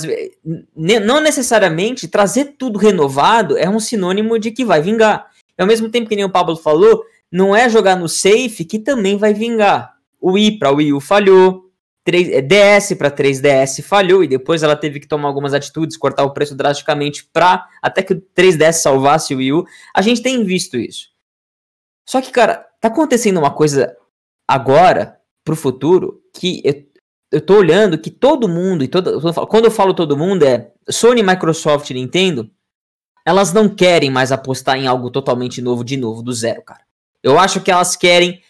não necessariamente trazer tudo renovado é um sinônimo de que vai vingar. E ao mesmo tempo que nem o Pablo falou, não é jogar no safe que também vai vingar. O Wii para o Wii U falhou. DS para 3DS falhou, e depois ela teve que tomar algumas atitudes, cortar o preço drasticamente para até que o 3DS salvasse o Wii U. A gente tem visto isso. Só que, cara, tá acontecendo uma coisa agora, pro futuro, que eu tô olhando que todo mundo, quando eu falo todo mundo, é Sony, Microsoft e Nintendo, elas não querem mais apostar em algo totalmente novo, de novo, do zero, cara. Eu acho que elas querem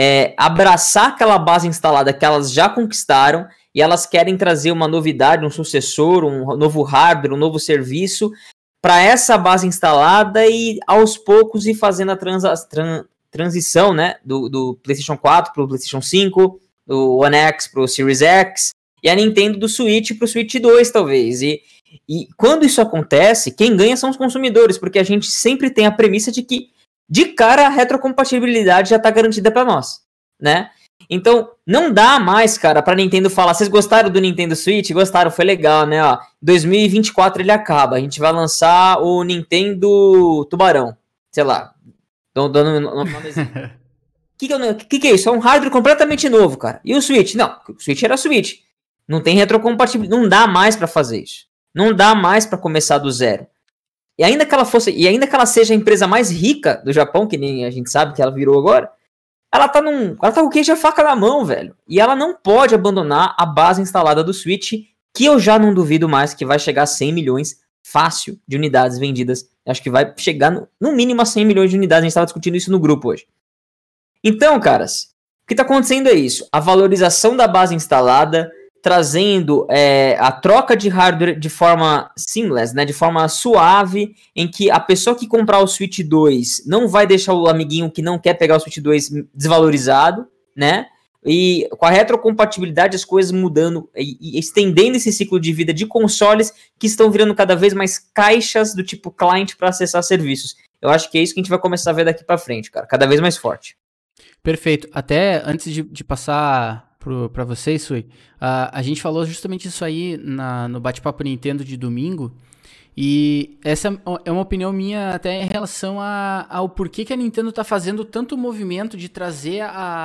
abraçar aquela base instalada que elas já conquistaram, e elas querem trazer uma novidade, um sucessor, um novo hardware, um novo serviço para essa base instalada, e aos poucos ir fazendo a transição, né, do PlayStation 4 para o PlayStation 5, do One X para o Series X, e a Nintendo do Switch para o Switch 2, talvez. E quando isso acontece, quem ganha são os consumidores, porque a gente sempre tem a premissa de que de cara a retrocompatibilidade já está garantida para nós, né? Então, não dá mais, cara, pra Nintendo falar, vocês gostaram do Nintendo Switch? Gostaram, foi legal, né? Ó, 2024 ele acaba, a gente vai lançar o Nintendo Tubarão, sei lá, dando um nomezinho. Que é isso? É um hardware completamente novo, cara. E o Switch? Não, o Switch era Switch. Não tem retrocompatibilidade, não dá mais pra fazer isso. Não dá mais pra começar do zero. E ainda que ela seja a empresa mais rica do Japão, que nem a gente sabe que ela virou agora, ela tá com o queijo e a faca na mão, velho. E ela não pode abandonar a base instalada do Switch, que eu já não duvido mais que vai chegar a 100 milhões fácil de unidades vendidas. Acho que vai chegar no mínimo a 100 milhões de unidades. A gente estava discutindo isso no grupo hoje. Então, caras, o que tá acontecendo é isso. A valorização da base instalada, trazendo a troca de hardware de forma seamless, né, de forma suave, em que a pessoa que comprar o Switch 2 não vai deixar o amiguinho que não quer pegar o Switch 2 desvalorizado, né, e com a retrocompatibilidade as coisas mudando e estendendo esse ciclo de vida de consoles que estão virando cada vez mais caixas do tipo client para acessar serviços. Eu acho que é isso que a gente vai começar a ver daqui para frente, cara, cada vez mais forte. Perfeito. Até antes de passar para vocês, Sui, a gente falou justamente isso aí no Bate-Papo Nintendo de domingo, e essa é uma opinião minha até em relação ao porquê que a Nintendo tá fazendo tanto movimento de trazer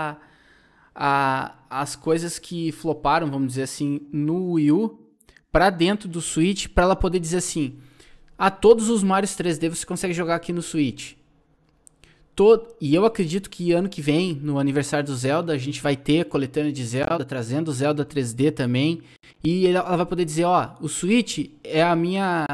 as coisas que floparam, vamos dizer assim, no Wii U para dentro do Switch, para ela poder dizer assim, todos os Marios 3D você consegue jogar aqui no Switch. E eu acredito que ano que vem, no aniversário do Zelda, a gente vai ter coletânea de Zelda, trazendo o Zelda 3D também. E ela vai poder dizer, o Switch é a minha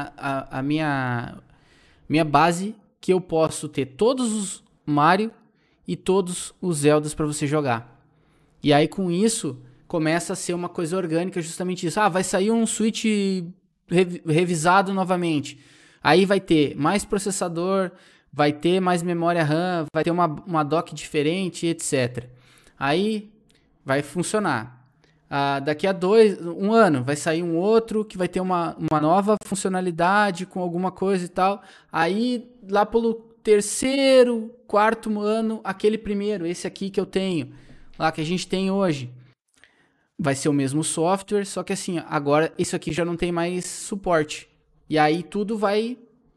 base, que eu posso ter todos os Mario e todos os Zeldas para você jogar. E aí com isso, começa a ser uma coisa orgânica, justamente isso. Vai sair um Switch revisado novamente. Aí vai ter mais processador, vai ter mais memória RAM, vai ter uma dock diferente, etc. Aí vai funcionar. Daqui a um ano vai sair um outro que vai ter uma nova funcionalidade com alguma coisa e tal. Aí lá pelo terceiro, quarto ano, aquele primeiro, esse aqui que eu tenho, lá que a gente tem hoje, vai ser o mesmo software, só que assim, agora isso aqui já não tem mais suporte. E aí tudo vai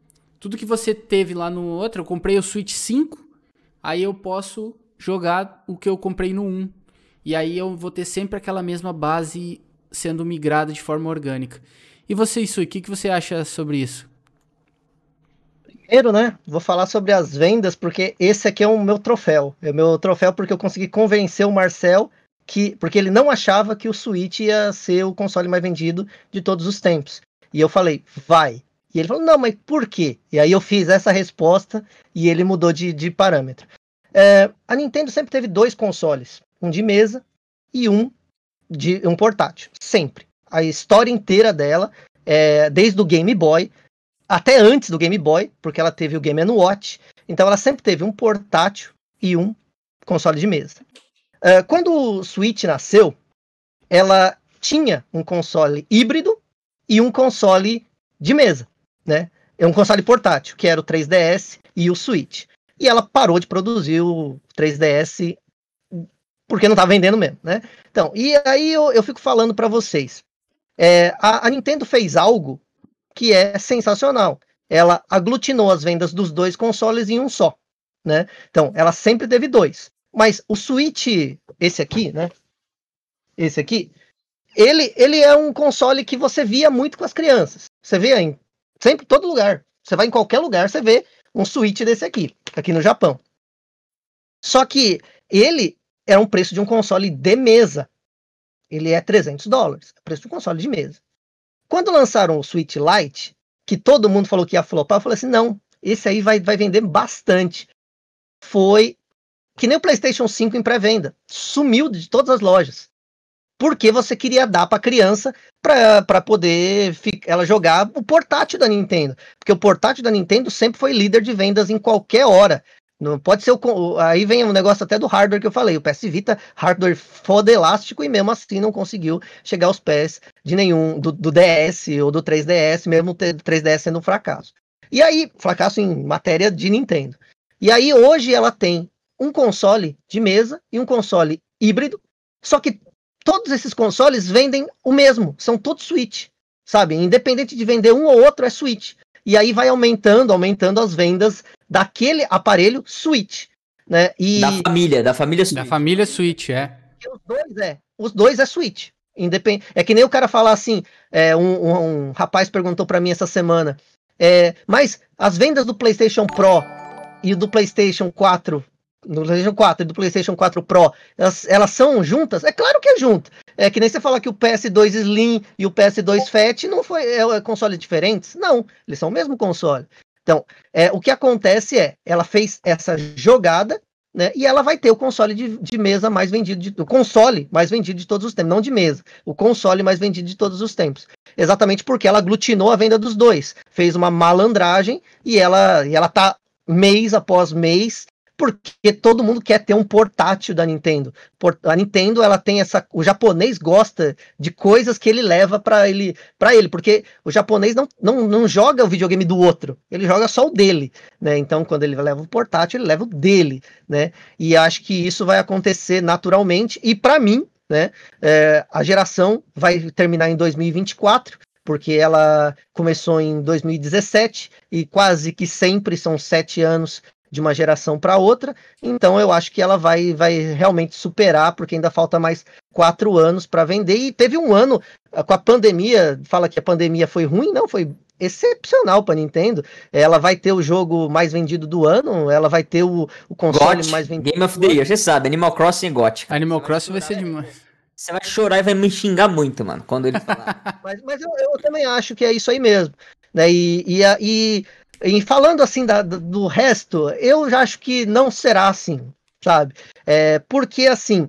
tudo que você teve lá no outro, eu comprei o Switch 5, aí eu posso jogar o que eu comprei no 1. E aí eu vou ter sempre aquela mesma base sendo migrada de forma orgânica. E você, Isui, o que você acha sobre isso? Primeiro, né, vou falar sobre as vendas, porque esse aqui é o meu troféu. É o meu troféu porque eu consegui convencer o Marcel porque ele não achava que o Switch ia ser o console mais vendido de todos os tempos. E eu falei, vai. E ele falou, não, mas por quê? E aí eu fiz essa resposta e ele mudou de parâmetro. A Nintendo sempre teve 2 consoles, um de mesa e um portátil, sempre. A história inteira dela, desde o Game Boy, até antes do Game Boy, porque ela teve o Game & Watch, então ela sempre teve um portátil e um console de mesa. Quando o Switch nasceu, ela tinha um console híbrido e um console de mesa, né? Um console portátil, que era o 3DS e o Switch. E ela parou de produzir o 3DS porque não estava vendendo mesmo, né? Então, e aí eu fico falando para vocês. A Nintendo fez algo que é sensacional. Ela aglutinou as vendas dos 2 consoles em um só, né? Então, ela sempre teve 2. Mas o Switch, esse aqui, né? Esse aqui, ele é um console que você via muito com as crianças. Você vê sempre em todo lugar. Você vai em qualquer lugar, você vê um Switch desse aqui no Japão. Só que ele é um preço de um console de mesa. Ele é $300, preço de um console de mesa. Quando lançaram o Switch Lite, que todo mundo falou que ia flopar, eu falei assim, não, esse aí vai vender bastante. Foi que nem o PlayStation 5 em pré-venda. Sumiu de todas as lojas. Porque você queria dar para a criança para poder ela jogar o portátil da Nintendo. Porque o portátil da Nintendo sempre foi líder de vendas em qualquer hora. Não pode ser aí vem um negócio até do hardware que eu falei, o PS Vita, hardware foda elástico, e mesmo assim não conseguiu chegar aos pés de nenhum do DS ou do 3DS, mesmo o 3DS sendo um fracasso. E aí, fracasso em matéria de Nintendo. E aí hoje ela tem um console de mesa e um console híbrido, só que todos esses consoles vendem o mesmo, são todos Switch, sabe? Independente de vender um ou outro, é Switch. E aí vai aumentando as vendas daquele aparelho Switch, né? E da família Switch. Da família Switch, Os dois é Switch. É que nem o cara falar assim, um rapaz perguntou para mim essa semana, mas as vendas do PlayStation Pro e do PlayStation 4 no PlayStation 4 e do PlayStation 4 Pro, elas são juntas? É claro que é junto. É que nem você falar que o PS2 Slim e o PS2 Fat não foi consoles diferentes. Não, eles são o mesmo console. Então, o que acontece ela fez essa jogada, né, e ela vai ter o console de mesa mais vendido, o console mais vendido de todos os tempos, não de mesa, o console mais vendido de todos os tempos. Exatamente porque ela aglutinou a venda dos dois, fez uma malandragem e ela tá mês após mês, porque todo mundo quer ter um portátil da Nintendo. A Nintendo, ela tem o japonês gosta de coisas que ele leva para ele, porque o japonês não joga o videogame do outro, ele joga só o dele, né? Então, quando ele leva o portátil, ele leva o dele, né? E acho que isso vai acontecer naturalmente, e para mim, né, a geração vai terminar em 2024, porque ela começou em 2017 e quase que sempre são 7 anos de uma geração para outra, então eu acho que ela vai realmente superar, porque ainda falta mais 4 anos para vender, e teve um ano com a pandemia, fala que a pandemia foi ruim, não, foi excepcional para a Nintendo. Ela vai ter o jogo mais vendido do ano, ela vai ter o console GOT, mais vendido. Game of the Year, você sabe, Animal Crossing e GOT. Animal Crossing vai ser demais. Você vai chorar e vai me xingar muito, mano, quando ele falar. Mas eu também acho que é isso aí mesmo, né? E falando assim do resto, eu já acho que não será assim, sabe? Porque assim,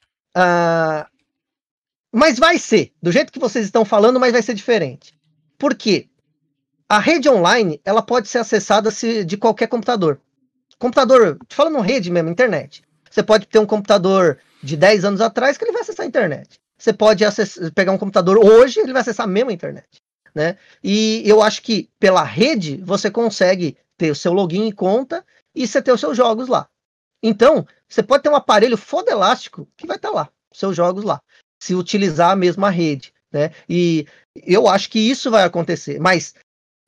mas vai ser, do jeito que vocês estão falando, mas vai ser diferente. Por quê? A rede online, ela pode ser acessada de qualquer computador. Computador, falando rede mesmo, internet. Você pode ter um computador de 10 anos atrás que ele vai acessar a internet. Você pode pegar um computador hoje, ele vai acessar a mesma internet, né? E eu acho que pela rede você consegue ter o seu login e conta e você ter os seus jogos lá. Então, você pode ter um aparelho fodelástico que vai estar lá, seus jogos lá, se utilizar a mesma rede, né? E eu acho que isso vai acontecer, mas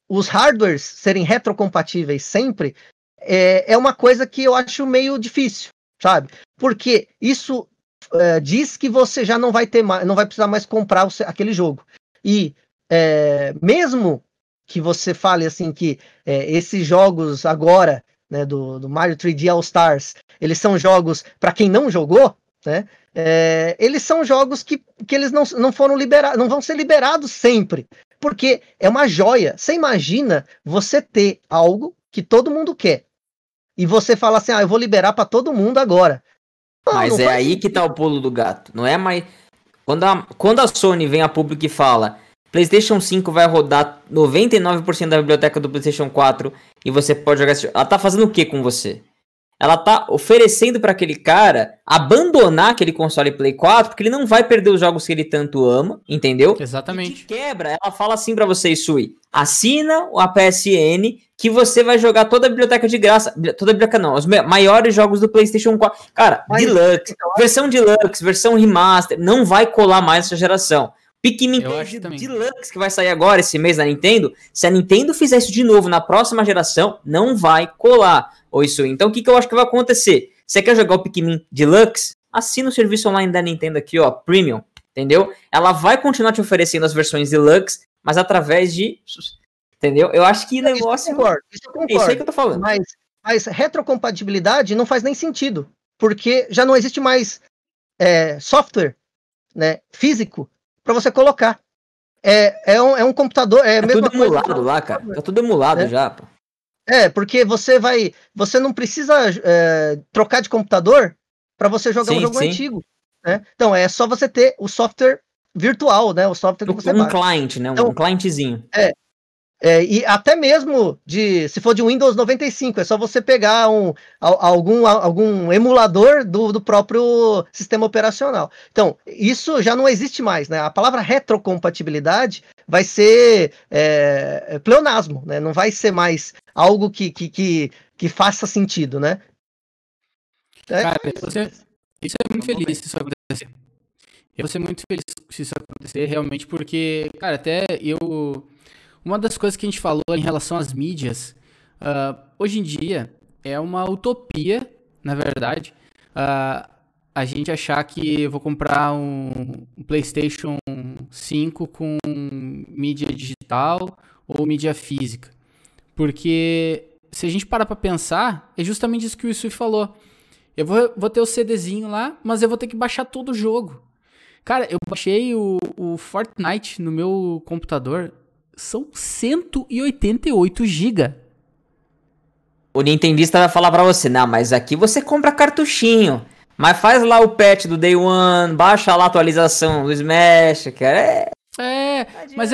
os hardwares serem retrocompatíveis sempre é uma coisa que eu acho meio difícil, sabe? Porque isso diz que você já não vai ter mais, não vai precisar mais comprar aquele jogo. E mesmo que você fale assim que esses jogos agora, né, do Mario 3D All Stars, eles são jogos para quem não jogou, né? Eles são jogos que eles não foram liberados, não vão ser liberados sempre, porque é uma joia. Você imagina você ter algo que todo mundo quer e você fala assim, eu vou liberar para todo mundo agora. Mas é aí que tá o pulo do gato. Não é mais quando a Sony vem a público e fala PlayStation 5 vai rodar 99% da biblioteca do PlayStation 4 e você pode jogar esse jogo. Ela tá fazendo o que com você? Ela tá oferecendo para aquele cara abandonar aquele console Play 4, porque ele não vai perder os jogos que ele tanto ama, entendeu? Exatamente. E de quebra, ela fala assim para você, Sui, assina a PSN que você vai jogar toda a biblioteca de graça. Toda a biblioteca não, os maiores jogos do PlayStation 4. Cara, Deluxe, versão Deluxe, versão Remaster, não vai colar mais essa geração. Pikmin Deluxe que vai sair agora esse mês na Nintendo, se a Nintendo fizer isso de novo na próxima geração, não vai colar. Ou isso. Então o que eu acho que vai acontecer? Você quer jogar o Pikmin Deluxe? Assina o serviço online da Nintendo aqui, ó, Premium, entendeu? Ela vai continuar te oferecendo as versões Deluxe, mas através de... Entendeu? Eu acho que negócio... Isso eu concordo. É isso aí que eu tô falando. Mas retrocompatibilidade não faz nem sentido, porque já não existe mais software, né, físico para você colocar. É um computador... É a mesma tudo emulado coisa, lá, cara. Tá tudo emulado já, pô. Porque você não precisa trocar de computador para você jogar um jogo antigo, né? Então é só você ter o software virtual, né? O software que você baixa. Client, né? Um clientezinho. E até mesmo se for de Windows 95, é só você pegar algum emulador do próprio sistema operacional. Então, isso já não existe mais, né? A palavra retrocompatibilidade vai ser pleonasmo, né? Não vai ser mais algo que faça sentido, né? Cara, isso é muito feliz se isso acontecer. Eu vou ser muito feliz se isso acontecer, realmente, porque, cara, até uma das coisas que a gente falou em relação às mídias, hoje em dia é uma utopia, na verdade, a gente achar que eu vou comprar um PlayStation 5 com mídia digital ou mídia física. Porque se a gente parar pra pensar, é justamente isso que o Yusuf falou. Eu vou ter o CDzinho lá, mas eu vou ter que baixar todo o jogo. Cara, eu baixei o Fortnite no meu computador. São 188 GB. O Nintendista vai falar pra você, não, mas aqui você compra cartuchinho. Mas faz lá o patch do Day One, baixa lá a atualização do Smash, cara. Mas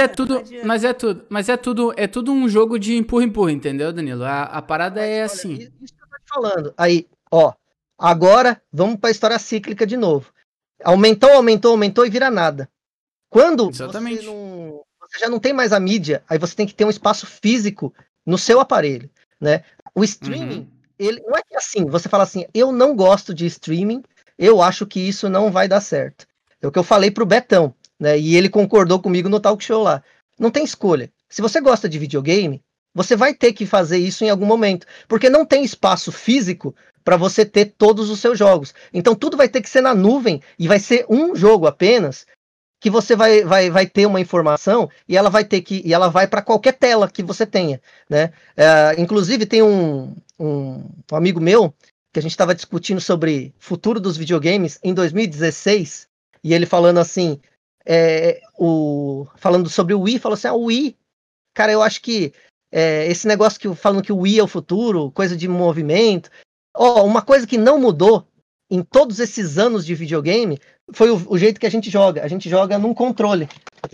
é tudo um jogo de empurra, entendeu, Danilo? A parada é assim. Olha, isso que eu tô te falando. Aí, agora vamos pra história cíclica de novo. Aumentou e vira nada. Quando Exatamente. Você já não tem mais a mídia, aí você tem que ter um espaço físico no seu aparelho, né? O streaming, ele não é que assim, você fala assim, eu não gosto de streaming, eu acho que isso não vai dar certo. É o que eu falei pro Betão, né? E ele concordou comigo no talk show lá. Não tem escolha. Se você gosta de videogame, você vai ter que fazer isso em algum momento, porque não tem espaço físico para você ter todos os seus jogos. Então tudo vai ter que ser na nuvem e vai ser um jogo apenas que você vai ter uma informação e ela vai para qualquer tela que você tenha, né? Inclusive tem um amigo meu que a gente estava discutindo sobre futuro dos videogames em 2016 e ele falando assim, falando sobre o Wii, falou assim, o Wii, cara, eu acho que esse negócio falando que o Wii é o futuro, coisa de movimento, uma coisa que não mudou em todos esses anos de videogame foi o jeito que a gente joga. A gente joga num controle.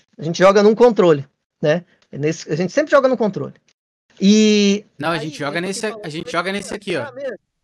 Né? A gente sempre joga no controle. A gente joga nesse aqui, ó.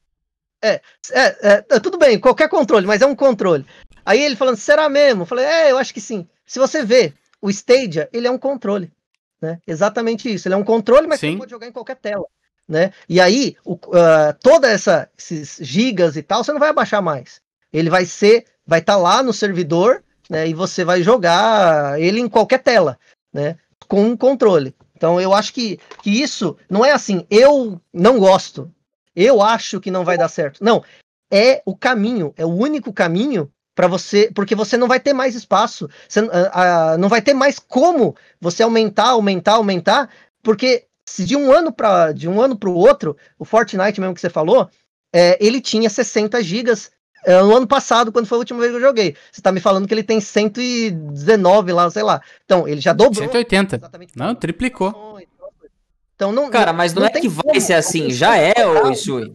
Tudo bem, qualquer controle, mas é um controle. Aí ele falando, será mesmo? Eu falei, eu acho que sim. Se você vê, o Stadia, ele é um controle. Né? Exatamente isso. Ele é um controle, mas você pode jogar em qualquer tela. Né? E aí, toda esses gigas e tal, você não vai abaixar mais. Ele vai estar lá no servidor, né? E você vai jogar ele em qualquer tela, né? Com um controle. Então eu acho que isso não é assim, eu não gosto, eu acho que não vai dar certo. Não, é o caminho, é o único caminho para você, porque você não vai ter mais espaço, você, não vai ter mais como você aumentar, porque se de um ano para o outro, o Fortnite mesmo que você falou, ele tinha 60 gigas no ano passado, quando foi a última vez que eu joguei. Você tá me falando que ele tem 119 lá, sei lá. Então, ele já dobrou. 180. Não, triplicou. Então, não, cara, mas não é que vai ser assim, já é, ô Isui.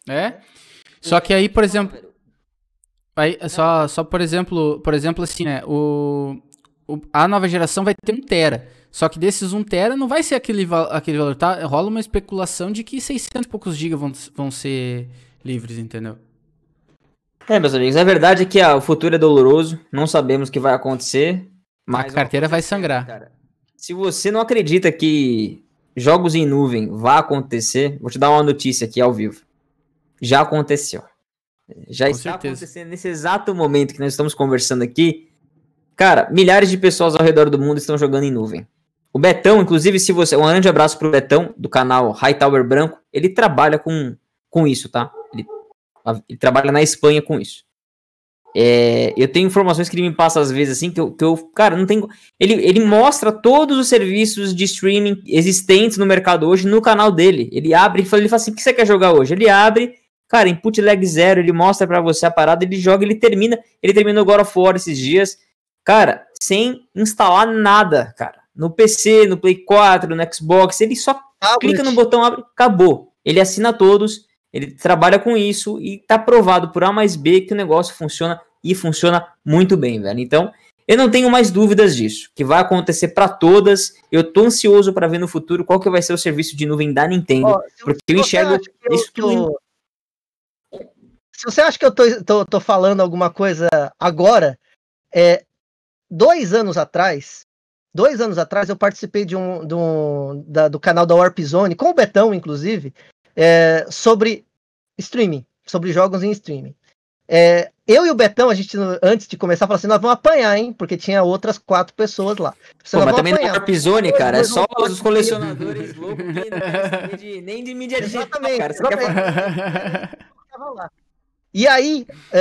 Só que aí, por exemplo... Aí, só por exemplo, assim, né, a nova geração vai ter 1 tera. Só que desses 1 tera não vai ser aquele valor, tá? Rola uma especulação de que 600 e poucos gigas vão ser livres, entendeu? Meus amigos, a verdade é que o futuro é doloroso, não sabemos o que vai acontecer, mas... A carteira vai sangrar. Cara, se você não acredita que jogos em nuvem vai acontecer, vou te dar uma notícia aqui ao vivo. Já aconteceu. Já está acontecendo nesse exato momento que nós estamos conversando aqui. Cara, milhares de pessoas ao redor do mundo estão jogando em nuvem. O Betão, inclusive, um grande abraço pro Betão, do canal Hightower Branco, ele trabalha com isso, tá? Ele trabalha na Espanha com isso. Eu tenho informações que ele me passa às vezes assim, que eu cara, não tenho... Ele mostra todos os serviços de streaming existentes no mercado hoje no canal dele. Ele abre, ele fala assim, o que você quer jogar hoje? Ele abre, cara, input lag 0, ele mostra pra você a parada, ele joga, ele terminou God of War esses dias, cara, sem instalar nada, cara. No PC, no Play 4, no Xbox, ele só clica no botão, abre, acabou. Ele assina todos, ele trabalha com isso e tá provado por A mais B que o negócio funciona e funciona muito bem, velho. Então, eu não tenho mais dúvidas disso, que vai acontecer para todas. Eu tô ansioso para ver no futuro qual que vai ser o serviço de nuvem da Nintendo, porque eu enxergo isso tudo. Se você acha que eu tô falando alguma coisa agora, 2 anos atrás eu participei do canal da Warp Zone, com o Betão, inclusive, sobre streaming, sobre jogos em streaming. Eu e o Betão, a gente, antes de começar, falou assim, nós vamos apanhar, hein? Porque tinha outras 4 pessoas lá. Mas também na Warp Zone, cara, é só os colecionadores loucos que não querem nem de mídia digital, cara. Você quer falar? E aí,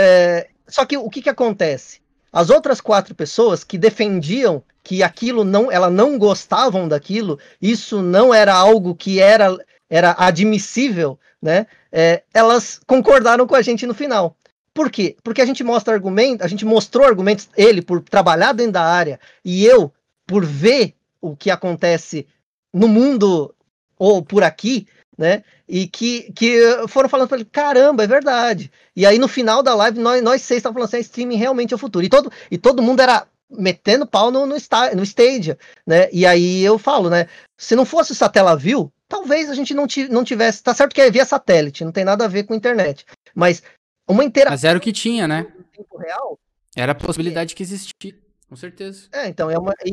só que o que acontece? As outras 4 pessoas que defendiam que aquilo elas não gostavam daquilo, isso não era algo que era admissível, né? Elas concordaram com a gente no final. Por quê? Porque a gente mostrou argumentos, ele por trabalhar dentro da área, e eu por ver o que acontece no mundo ou por aqui, né? E que foram falando para ele, caramba, é verdade. E aí no final da live, nós 6 estávamos falando assim, streaming realmente é o futuro. E todo mundo era metendo pau no Stadia, né? E aí eu falo, né? Se não fosse o Satellaview, talvez a gente não tivesse... Tá certo que é via satélite, não tem nada a ver com internet. Mas uma interação... Mas era o que tinha, né? Em tempo real... Era a possibilidade que existia, com certeza. Então,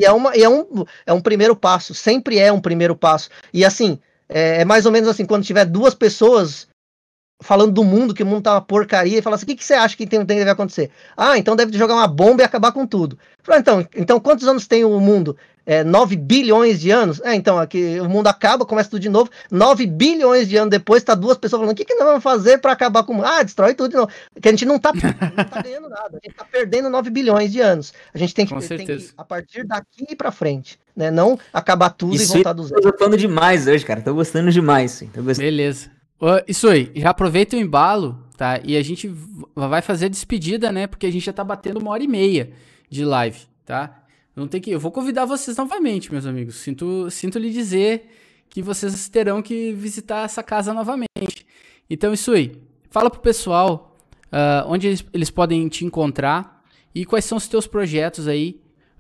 é um primeiro passo. Sempre é um primeiro passo. E assim, é mais ou menos assim, quando tiver 2 pessoas falando do mundo, que o mundo tá uma porcaria, e fala assim, o que você acha que deve acontecer? Então deve jogar uma bomba e acabar com tudo. Fala, então quantos anos tem o mundo? 9 bilhões de anos? Então aqui o mundo acaba, começa tudo de novo, 9 bilhões de anos depois, tá 2 pessoas falando, o que nós vamos fazer para acabar com o mundo? destrói tudo de novo. Porque a gente não tá ganhando nada, a gente tá perdendo 9 bilhões de anos. A gente tem que a partir daqui para frente, né? Não acabar tudo e voltar do zero. Tô gostando demais hoje, cara, tô gostando demais. Beleza. Isso aí, já aproveita o embalo, tá? E a gente vai fazer a despedida, né? Porque a gente já tá batendo 1h30 de live, tá? Eu vou convidar vocês novamente, meus amigos. Sinto lhe dizer que vocês terão que visitar essa casa novamente. Então, isso aí. Fala pro pessoal onde eles podem te encontrar e quais são os teus projetos aí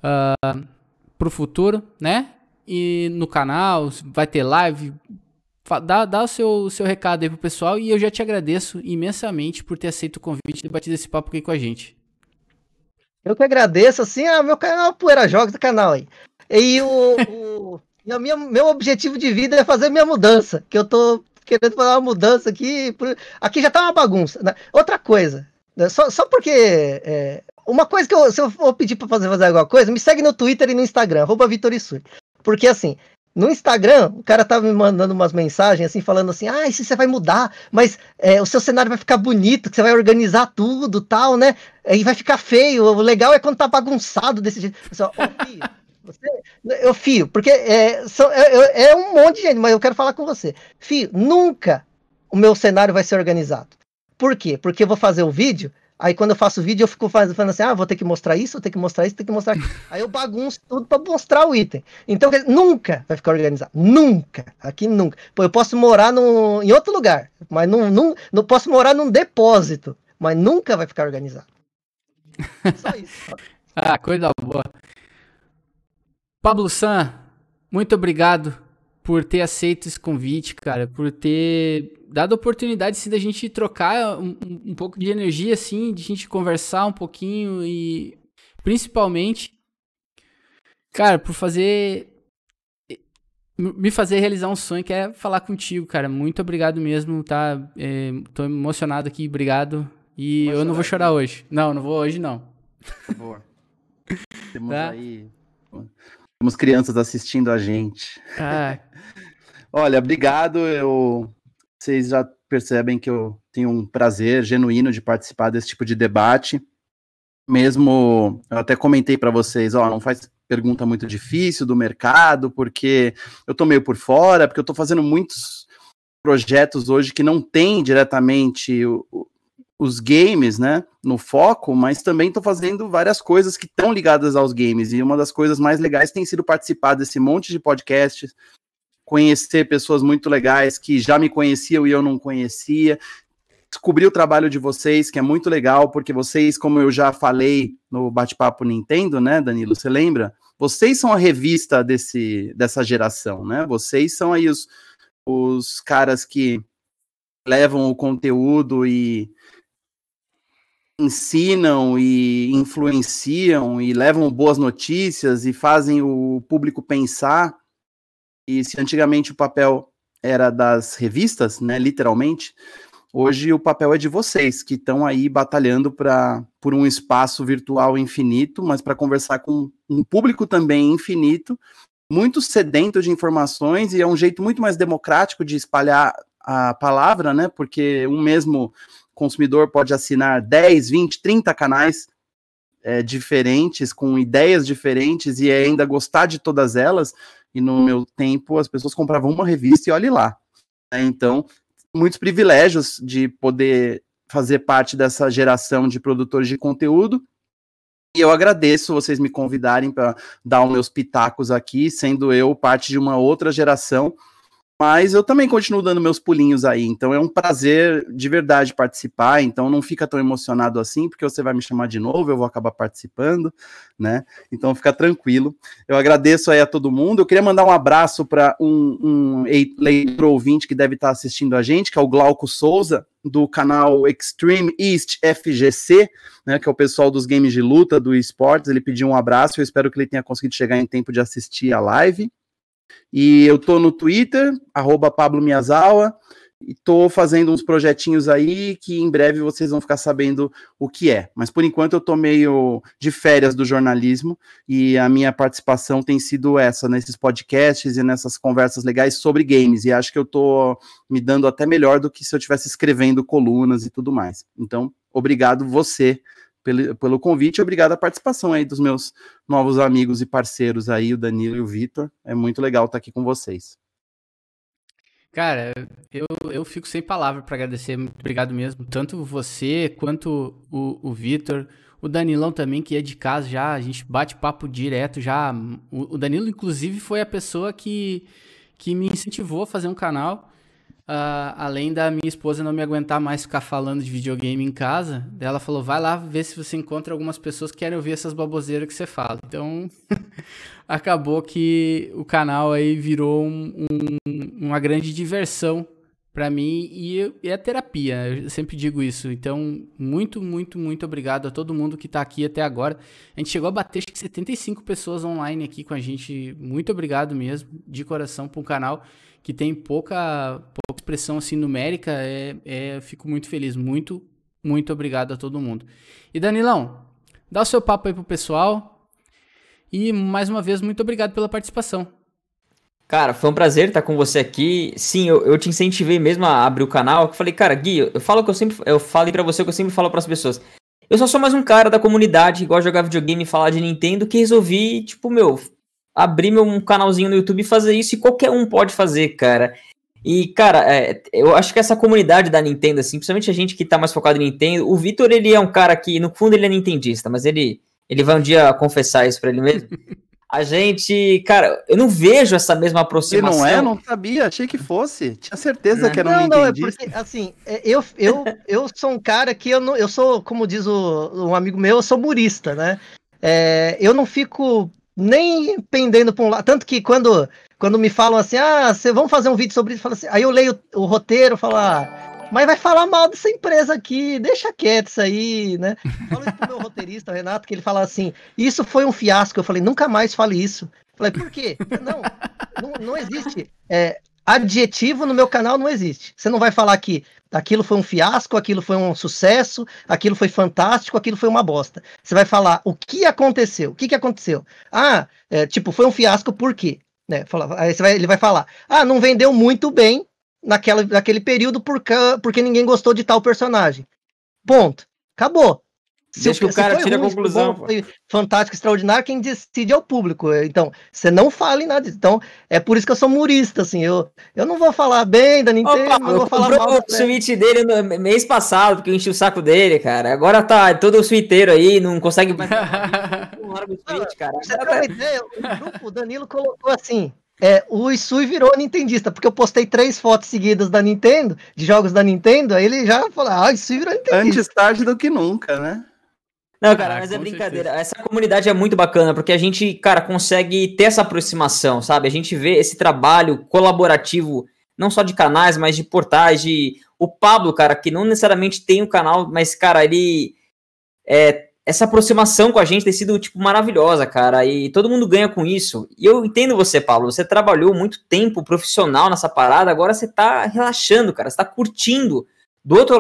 pro futuro, né? E no canal, vai ter live... Dá o seu recado aí pro pessoal e eu já te agradeço imensamente por ter aceito o convite de bater esse papo aqui com a gente. Eu que agradeço, assim, meu canal Poeira Jogos, do canal aí. E meu objetivo de vida é fazer minha mudança, que eu tô querendo fazer uma mudança aqui. Aqui já tá uma bagunça, né? Outra coisa, né? Só porque... uma coisa que se eu for pedir pra fazer alguma coisa, me segue no Twitter e no Instagram, @VitorIsui. Porque assim... No Instagram, o cara tava me mandando umas mensagens assim, falando assim, isso você vai mudar, mas o seu cenário vai ficar bonito, que você vai organizar tudo, tal, né? E vai ficar feio, o legal é quando tá bagunçado desse jeito. Eu só, Fio, porque é um monte de gente, mas eu quero falar com você. Fio, nunca o meu cenário vai ser organizado. Por quê? Porque eu vou fazer o vídeo, aí quando eu faço o vídeo eu fico falando assim, vou ter que mostrar isso, vou ter que mostrar isso, vou ter que mostrar aquilo. Aí eu bagunço tudo para mostrar o item. Então nunca vai ficar organizado. Nunca. Aqui nunca. Pô, eu posso morar em outro lugar, mas não posso morar num depósito, mas nunca vai ficar organizado. Só isso. Coisa boa. Pablo San, muito obrigado por ter aceito esse convite, cara, por ter dado a oportunidade, assim, da gente trocar um pouco de energia, assim, de a gente conversar um pouquinho e, principalmente, cara, por me fazer realizar um sonho, que é falar contigo, cara. Muito obrigado mesmo, tá? Tô emocionado aqui, obrigado. E eu não vou chorar aqui hoje. Não vou hoje, não. Por favor. Temos aí... Temos crianças assistindo a gente. Olha, obrigado. Vocês já percebem que eu tenho um prazer genuíno de participar desse tipo de debate. Mesmo, eu até comentei para vocês, não faz pergunta muito difícil do mercado, porque eu tô meio por fora, porque eu tô fazendo muitos projetos hoje que não tem diretamente os games, né, no foco, mas também estou fazendo várias coisas que estão ligadas aos games, e uma das coisas mais legais tem sido participar desse monte de podcasts, conhecer pessoas muito legais que já me conheciam e eu não conhecia, descobrir o trabalho de vocês, que é muito legal, porque vocês, como eu já falei no Bate-Papo Nintendo, né, Danilo, você lembra? Vocês são a revista dessa geração, né, vocês são aí os caras que levam o conteúdo e ensinam e influenciam e levam boas notícias e fazem o público pensar. E se antigamente o papel era das revistas, né, literalmente, hoje o papel é de vocês, que estão aí batalhando por um espaço virtual infinito, mas para conversar com um público também infinito, muito sedento de informações, e é um jeito muito mais democrático de espalhar a palavra, né, porque um mesmo consumidor pode assinar 10, 20, 30 canais diferentes, com ideias diferentes, e ainda gostar de todas elas. E no meu tempo, as pessoas compravam uma revista e olhe lá. Então, muitos privilégios de poder fazer parte dessa geração de produtores de conteúdo. E eu agradeço vocês me convidarem para dar os meus pitacos aqui, sendo eu parte de uma outra geração. Mas eu também continuo dando meus pulinhos aí, então é um prazer de verdade participar, então não fica tão emocionado assim, porque você vai me chamar de novo, eu vou acabar participando, né, então fica tranquilo. Eu agradeço aí a todo mundo, eu queria mandar um abraço para um leitor ouvinte que deve estar assistindo a gente, que é o Glauco Souza, do canal Extreme East FGC, né, que é o pessoal dos games de luta, do esportes. Ele pediu um abraço, eu espero que ele tenha conseguido chegar em tempo de assistir a live. E eu tô no Twitter, @PabloMiyazawa, e tô fazendo uns projetinhos aí que em breve vocês vão ficar sabendo o que é. Mas por enquanto eu tô meio de férias do jornalismo, e a minha participação tem sido essa, nesses podcasts e nessas conversas legais sobre games, e acho que eu tô me dando até melhor do que se eu estivesse escrevendo colunas e tudo mais. Então, obrigado você pelo convite, obrigado a participação aí dos meus novos amigos e parceiros aí, o Danilo e o Vitor. É muito legal estar aqui com vocês. Cara, eu fico sem palavra para agradecer, muito obrigado mesmo, tanto você quanto o Vitor, o Danilão também, que é de casa já, a gente bate papo direto já. O Danilo, inclusive, foi a pessoa que me incentivou a fazer um canal. Além da minha esposa não me aguentar mais ficar falando de videogame em casa, ela falou, vai lá ver se você encontra algumas pessoas que querem ouvir essas baboseiras que você fala. Então, acabou que o canal aí virou uma grande diversão pra mim e é terapia, eu sempre digo isso. Então, muito, muito, muito obrigado a todo mundo que tá aqui até agora. A gente chegou a bater acho que 75 pessoas online aqui com a gente. Muito obrigado mesmo, de coração, para um canal que tem pouca expressão assim numérica. Eu fico muito feliz. Muito, muito obrigado a todo mundo. E Danilão, dá o seu papo aí pro pessoal. E mais uma vez, muito obrigado pela participação. Cara, foi um prazer estar com você aqui. Sim, eu te incentivei mesmo a abrir o canal. Eu falei, cara, Gui, eu falei pra você o que eu sempre falo pras pessoas. Eu só sou mais um cara da comunidade, igual jogar videogame e falar de Nintendo, que resolvi, tipo, abrir um canalzinho no YouTube e fazer isso, e qualquer um pode fazer, cara. E, cara, eu acho que essa comunidade da Nintendo, assim, principalmente a gente que tá mais focado em Nintendo, o Vitor, ele é um cara que, no fundo, ele é nintendista, mas ele vai um dia confessar isso pra ele mesmo. A gente, cara, eu não vejo essa mesma E aproximação. não é? Não sabia, achei que fosse. Tinha certeza que era um Não, é nintendista. porque, assim, eu sou um cara que eu sou, como diz um amigo meu, eu sou murista, né? Eu não fico nem pendendo para um lado. Tanto que quando me falam assim, vamos fazer um vídeo sobre isso, falo assim, aí eu leio o roteiro e falo, mas vai falar mal dessa empresa aqui, deixa quieto isso aí, né? Falo isso pro meu roteirista, o Renato, que ele fala assim, isso foi um fiasco. Eu falei, nunca mais fale isso. Eu falei, por quê? Não existe. Adjetivo no meu canal não existe. Você não vai falar que aquilo foi um fiasco, aquilo foi um sucesso, aquilo foi fantástico, aquilo foi uma bosta. Você vai falar o que aconteceu. O que aconteceu? Foi um fiasco por quê? Né? Aí ele vai falar, não vendeu muito bem naquele período porque ninguém gostou de tal personagem. Ponto. Acabou. Deixa que o cara tire a conclusão. Foi fantástico, extraordinário, quem decide é o público. Então, você não fala em nada disso. Então, é por isso que eu sou murista, assim. Eu não vou falar bem da Nintendo, não vou falar mal. O Switch dele no mês passado, porque eu enchi o saco dele, cara. Agora tá todo suiteiro aí, não consegue mais. Switch, cara. Você tem uma ideia? O grupo, o Danilo colocou assim. O Isui virou nintendista, porque eu postei 3 fotos seguidas da Nintendo, de jogos da Nintendo, aí ele já falou, Isui virou nintendista. Antes tarde do que nunca, né? Não, cara, mas é brincadeira. Certeza. Essa comunidade é muito bacana, porque a gente, cara, consegue ter essa aproximação, sabe? A gente vê esse trabalho colaborativo, não só de canais, mas de portais, o Pablo, cara, que não necessariamente tem um canal, mas, cara, ele... essa aproximação com a gente tem sido, tipo, maravilhosa, cara, e todo mundo ganha com isso. E eu entendo você, Pablo, você trabalhou muito tempo profissional nessa parada, agora você tá relaxando, cara, você tá curtindo do outro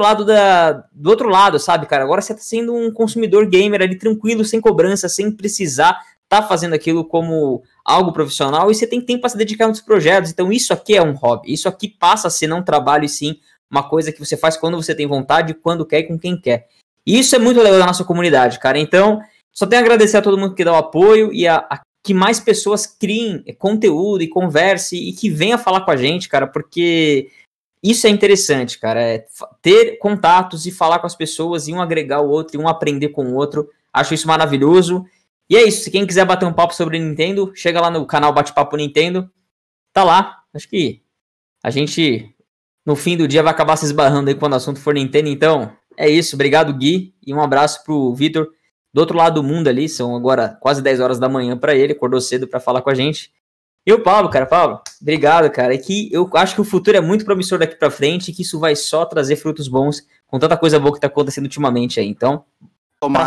lado, sabe, cara? Agora você tá sendo um consumidor gamer ali, tranquilo, sem cobrança, sem precisar tá fazendo aquilo como algo profissional, e você tem tempo para se dedicar nos projetos. Então isso aqui é um hobby, isso aqui passa a ser não um trabalho, e sim uma coisa que você faz quando você tem vontade, quando quer e com quem quer. E isso é muito legal da nossa comunidade, cara. Então, só tenho a agradecer a todo mundo que dá o apoio e a que mais pessoas criem conteúdo e converse e que venha falar com a gente, cara, porque isso é interessante, cara, ter contatos e falar com as pessoas e um agregar o outro e um aprender com o outro. Acho isso maravilhoso. E é isso, se quem quiser bater um papo sobre Nintendo, chega lá no canal Bate-Papo Nintendo, tá lá. Acho que a gente, no fim do dia, vai acabar se esbarrando aí quando o assunto for Nintendo. Então, é isso. Obrigado, Gui, e um abraço pro Vitor, do outro lado do mundo ali. São agora quase 10 horas da manhã pra ele, acordou cedo pra falar com a gente. E o Pablo, obrigado, cara. É que eu acho que o futuro é muito promissor daqui pra frente e que isso vai só trazer frutos bons com tanta coisa boa que tá acontecendo ultimamente aí. Então, Tomara.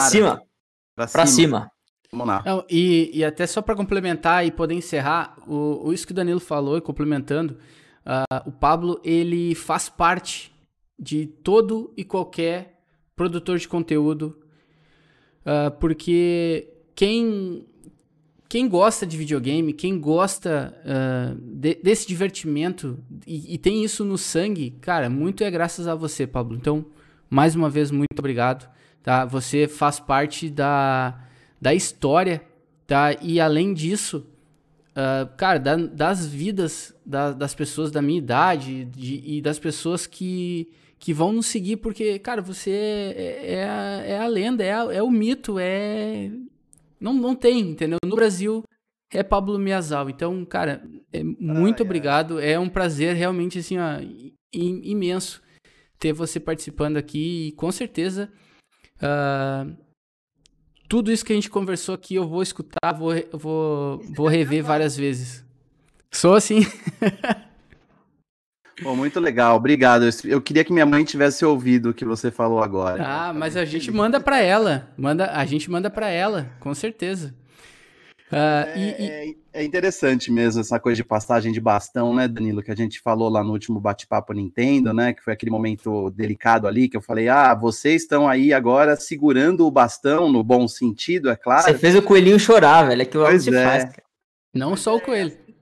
Pra cima. Vamos lá. Não, e até só para complementar e poder encerrar, isso que o Danilo falou, e complementando, o Pablo, ele faz parte de todo e qualquer produtor de conteúdo, porque quem gosta de videogame, quem gosta desse divertimento e tem isso no sangue, cara, muito é graças a você, Pablo. Então, mais uma vez, muito obrigado. Tá? Você faz parte da história, tá? E além disso, cara, das vidas das pessoas da minha idade e das pessoas que vão nos seguir, porque, cara, você é a lenda, é o mito, não tem, entendeu? No Brasil é Pablo Miyazawa. Então, cara, muito obrigado. É um prazer realmente, assim, imenso ter você participando aqui e com certeza tudo isso que a gente conversou aqui eu vou escutar, vou rever várias vezes. Sou assim. Pô, muito legal, obrigado. Eu queria que minha mãe tivesse ouvido o que você falou agora. Mas a gente manda pra ela. A gente manda pra ela, com certeza. É interessante mesmo essa coisa de passagem de bastão, né, Danilo, que a gente falou lá no último bate-papo Nintendo, né, que foi aquele momento delicado ali, que eu falei, vocês estão aí agora segurando o bastão no bom sentido, é claro. Você fez o coelhinho chorar, velho, é que o se faz, cara. Não só o coelho.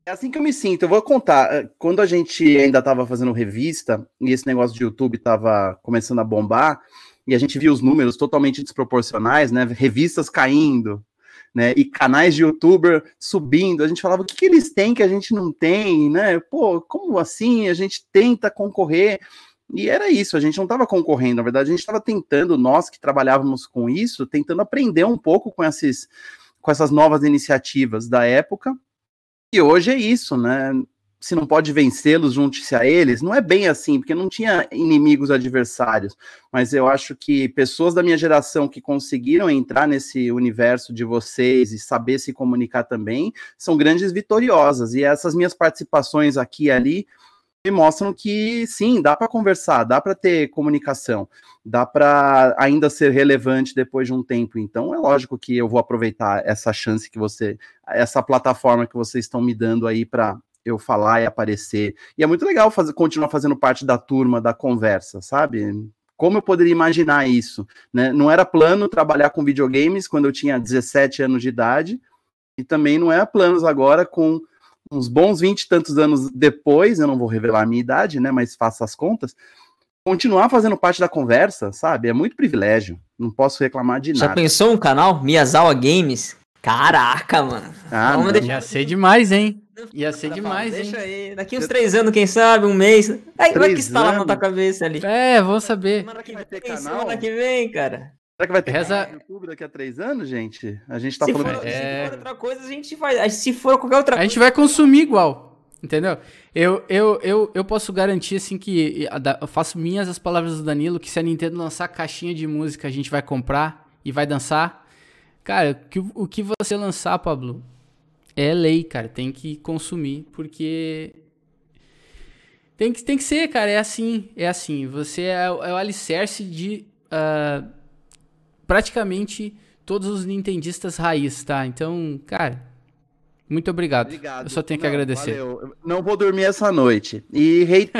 É assim que eu me sinto. Eu vou contar. Quando a gente ainda estava fazendo revista e esse negócio de YouTube estava começando a bombar, e a gente via os números totalmente desproporcionais, né? Revistas caindo, né? E canais de YouTuber subindo. A gente falava, o que eles têm que a gente não tem, né? Pô, como assim? A gente tenta concorrer. E era isso, a gente não estava concorrendo, na verdade, a gente estava tentando, nós que trabalhávamos com isso, tentando aprender um pouco com essas novas iniciativas da época. E hoje é isso, né? Se não pode vencê-los, junte-se a eles. Não é bem assim, porque não tinha inimigos adversários. Mas eu acho que pessoas da minha geração que conseguiram entrar nesse universo de vocês e saber se comunicar também, são grandes vitoriosas. E essas minhas participações aqui e ali me mostram que, sim, dá para conversar, dá para ter comunicação, dá para ainda ser relevante depois de um tempo. Então, é lógico que eu vou aproveitar essa chance essa plataforma que vocês estão me dando aí para eu falar e aparecer. E é muito legal continuar fazendo parte da turma, da conversa, sabe? Como eu poderia imaginar isso, né? Não era plano trabalhar com videogames quando eu tinha 17 anos de idade, e também não era planos agora com uns bons 20 e tantos anos depois, eu não vou revelar a minha idade, né, mas faça as contas, continuar fazendo parte da conversa, sabe? É muito privilégio, não posso reclamar de nada. Já pensou um canal? Miyazawa Games? Caraca, mano. Vamos deixar... Ia ser demais, hein? Ia ser demais, hein? Deixa aí. Daqui uns 3 anos, quem sabe, um mês. Aí vai que instala na tua cabeça ali. Vamos saber. Semana que vem, cara. Será que vai ter canal no YouTube daqui a 3 anos, gente? A gente tá falando... Se for outra coisa, a gente faz. Se for qualquer outra coisa... A gente vai consumir igual, entendeu? Eu posso garantir, assim, que... Eu faço minhas as palavras do Danilo, que se a Nintendo lançar caixinha de música, a gente vai comprar e vai dançar. Cara, o que você lançar, Pablo, é lei, cara. Tem que consumir, porque... Tem que ser, cara. É assim. Você é o alicerce de... praticamente todos os nintendistas raiz, tá? Então, cara, muito obrigado. Eu só tenho que agradecer. Valeu. Não vou dormir essa noite. E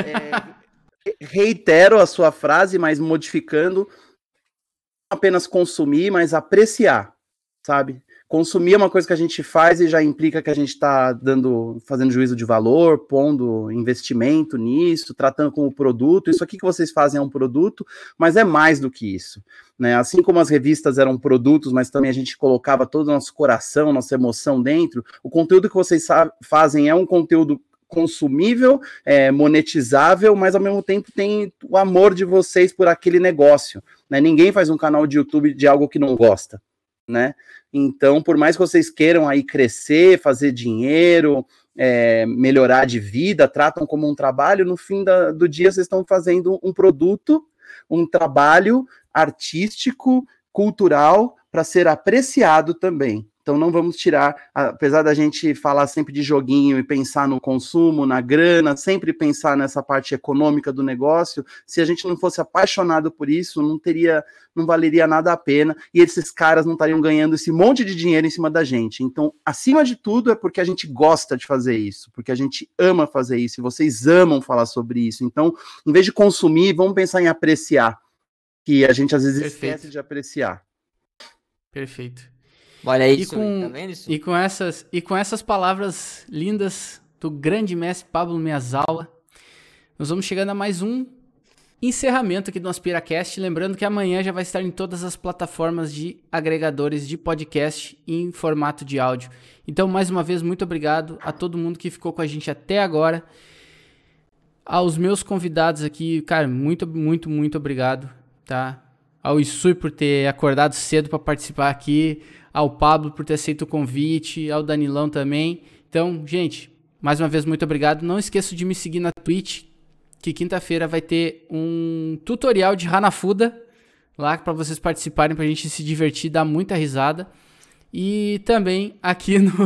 reitero a sua frase, mas modificando, não apenas consumir, mas apreciar, sabe? Consumir é uma coisa que a gente faz e já implica que a gente está fazendo juízo de valor, pondo investimento nisso, tratando como produto. Isso aqui que vocês fazem é um produto, mas é mais do que isso, né? Assim como as revistas eram produtos, mas também a gente colocava todo o nosso coração, nossa emoção dentro, o conteúdo que vocês fazem é um conteúdo consumível, monetizável, mas ao mesmo tempo tem o amor de vocês por aquele negócio, né? Ninguém faz um canal de YouTube de algo que não gosta, né? Então, por mais que vocês queiram aí crescer, fazer dinheiro, melhorar de vida, tratam como um trabalho, no fim do dia vocês estão fazendo um produto, um trabalho artístico, cultural, para ser apreciado também. Então não vamos tirar, apesar da gente falar sempre de joguinho e pensar no consumo, na grana, sempre pensar nessa parte econômica do negócio, se a gente não fosse apaixonado por isso, não valeria nada a pena, e esses caras não estariam ganhando esse monte de dinheiro em cima da gente. Então, acima de tudo, é porque a gente gosta de fazer isso, porque a gente ama fazer isso, e vocês amam falar sobre isso. Então, em vez de consumir, vamos pensar em apreciar, que a gente às vezes esquece de apreciar. Perfeito. Olha isso, tá vendo isso? E com essas palavras lindas do grande mestre Pablo Miyazawa, nós vamos chegando a mais um encerramento aqui do nosso PiraCast. Lembrando que amanhã já vai estar em todas as plataformas de agregadores de podcast em formato de áudio. Então, mais uma vez, muito obrigado a todo mundo que ficou com a gente até agora. Aos meus convidados aqui, cara, muito, muito, muito obrigado, tá? Ao Isui por ter acordado cedo para participar aqui, ao Pablo por ter aceito o convite, ao Danilão também. Então, gente, mais uma vez, muito obrigado. Não esqueça de me seguir na Twitch, que quinta-feira vai ter um tutorial de Hanafuda lá para vocês participarem, pra gente se divertir, dar muita risada. E também aqui no...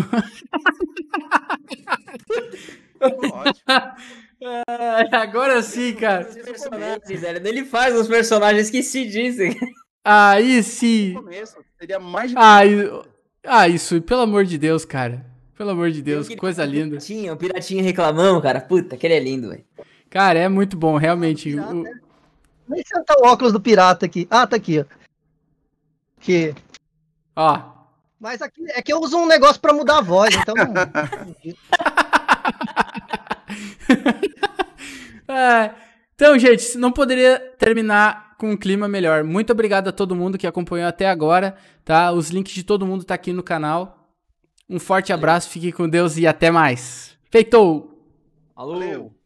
Agora sim, cara. Ele faz os personagens que se dizem. Aí sim. Seria mais... Isso, pelo amor de Deus, cara. Pelo amor de Deus, coisa linda. O Piratinha reclamão, cara. Puta, aquele é lindo, velho. Cara, é muito bom, realmente. Nem sentar o óculos do pirata aqui. Ah, tá aqui, ó. Aqui. Ó. Mas aqui é que eu uso um negócio pra mudar a voz, então... Então, gente, não poderia terminar com um clima melhor. Muito obrigado a todo mundo que acompanhou até agora, tá? Os links de todo mundo tá aqui no canal. Um forte abraço, fique com Deus e até mais. Feito! Alô! Valeu.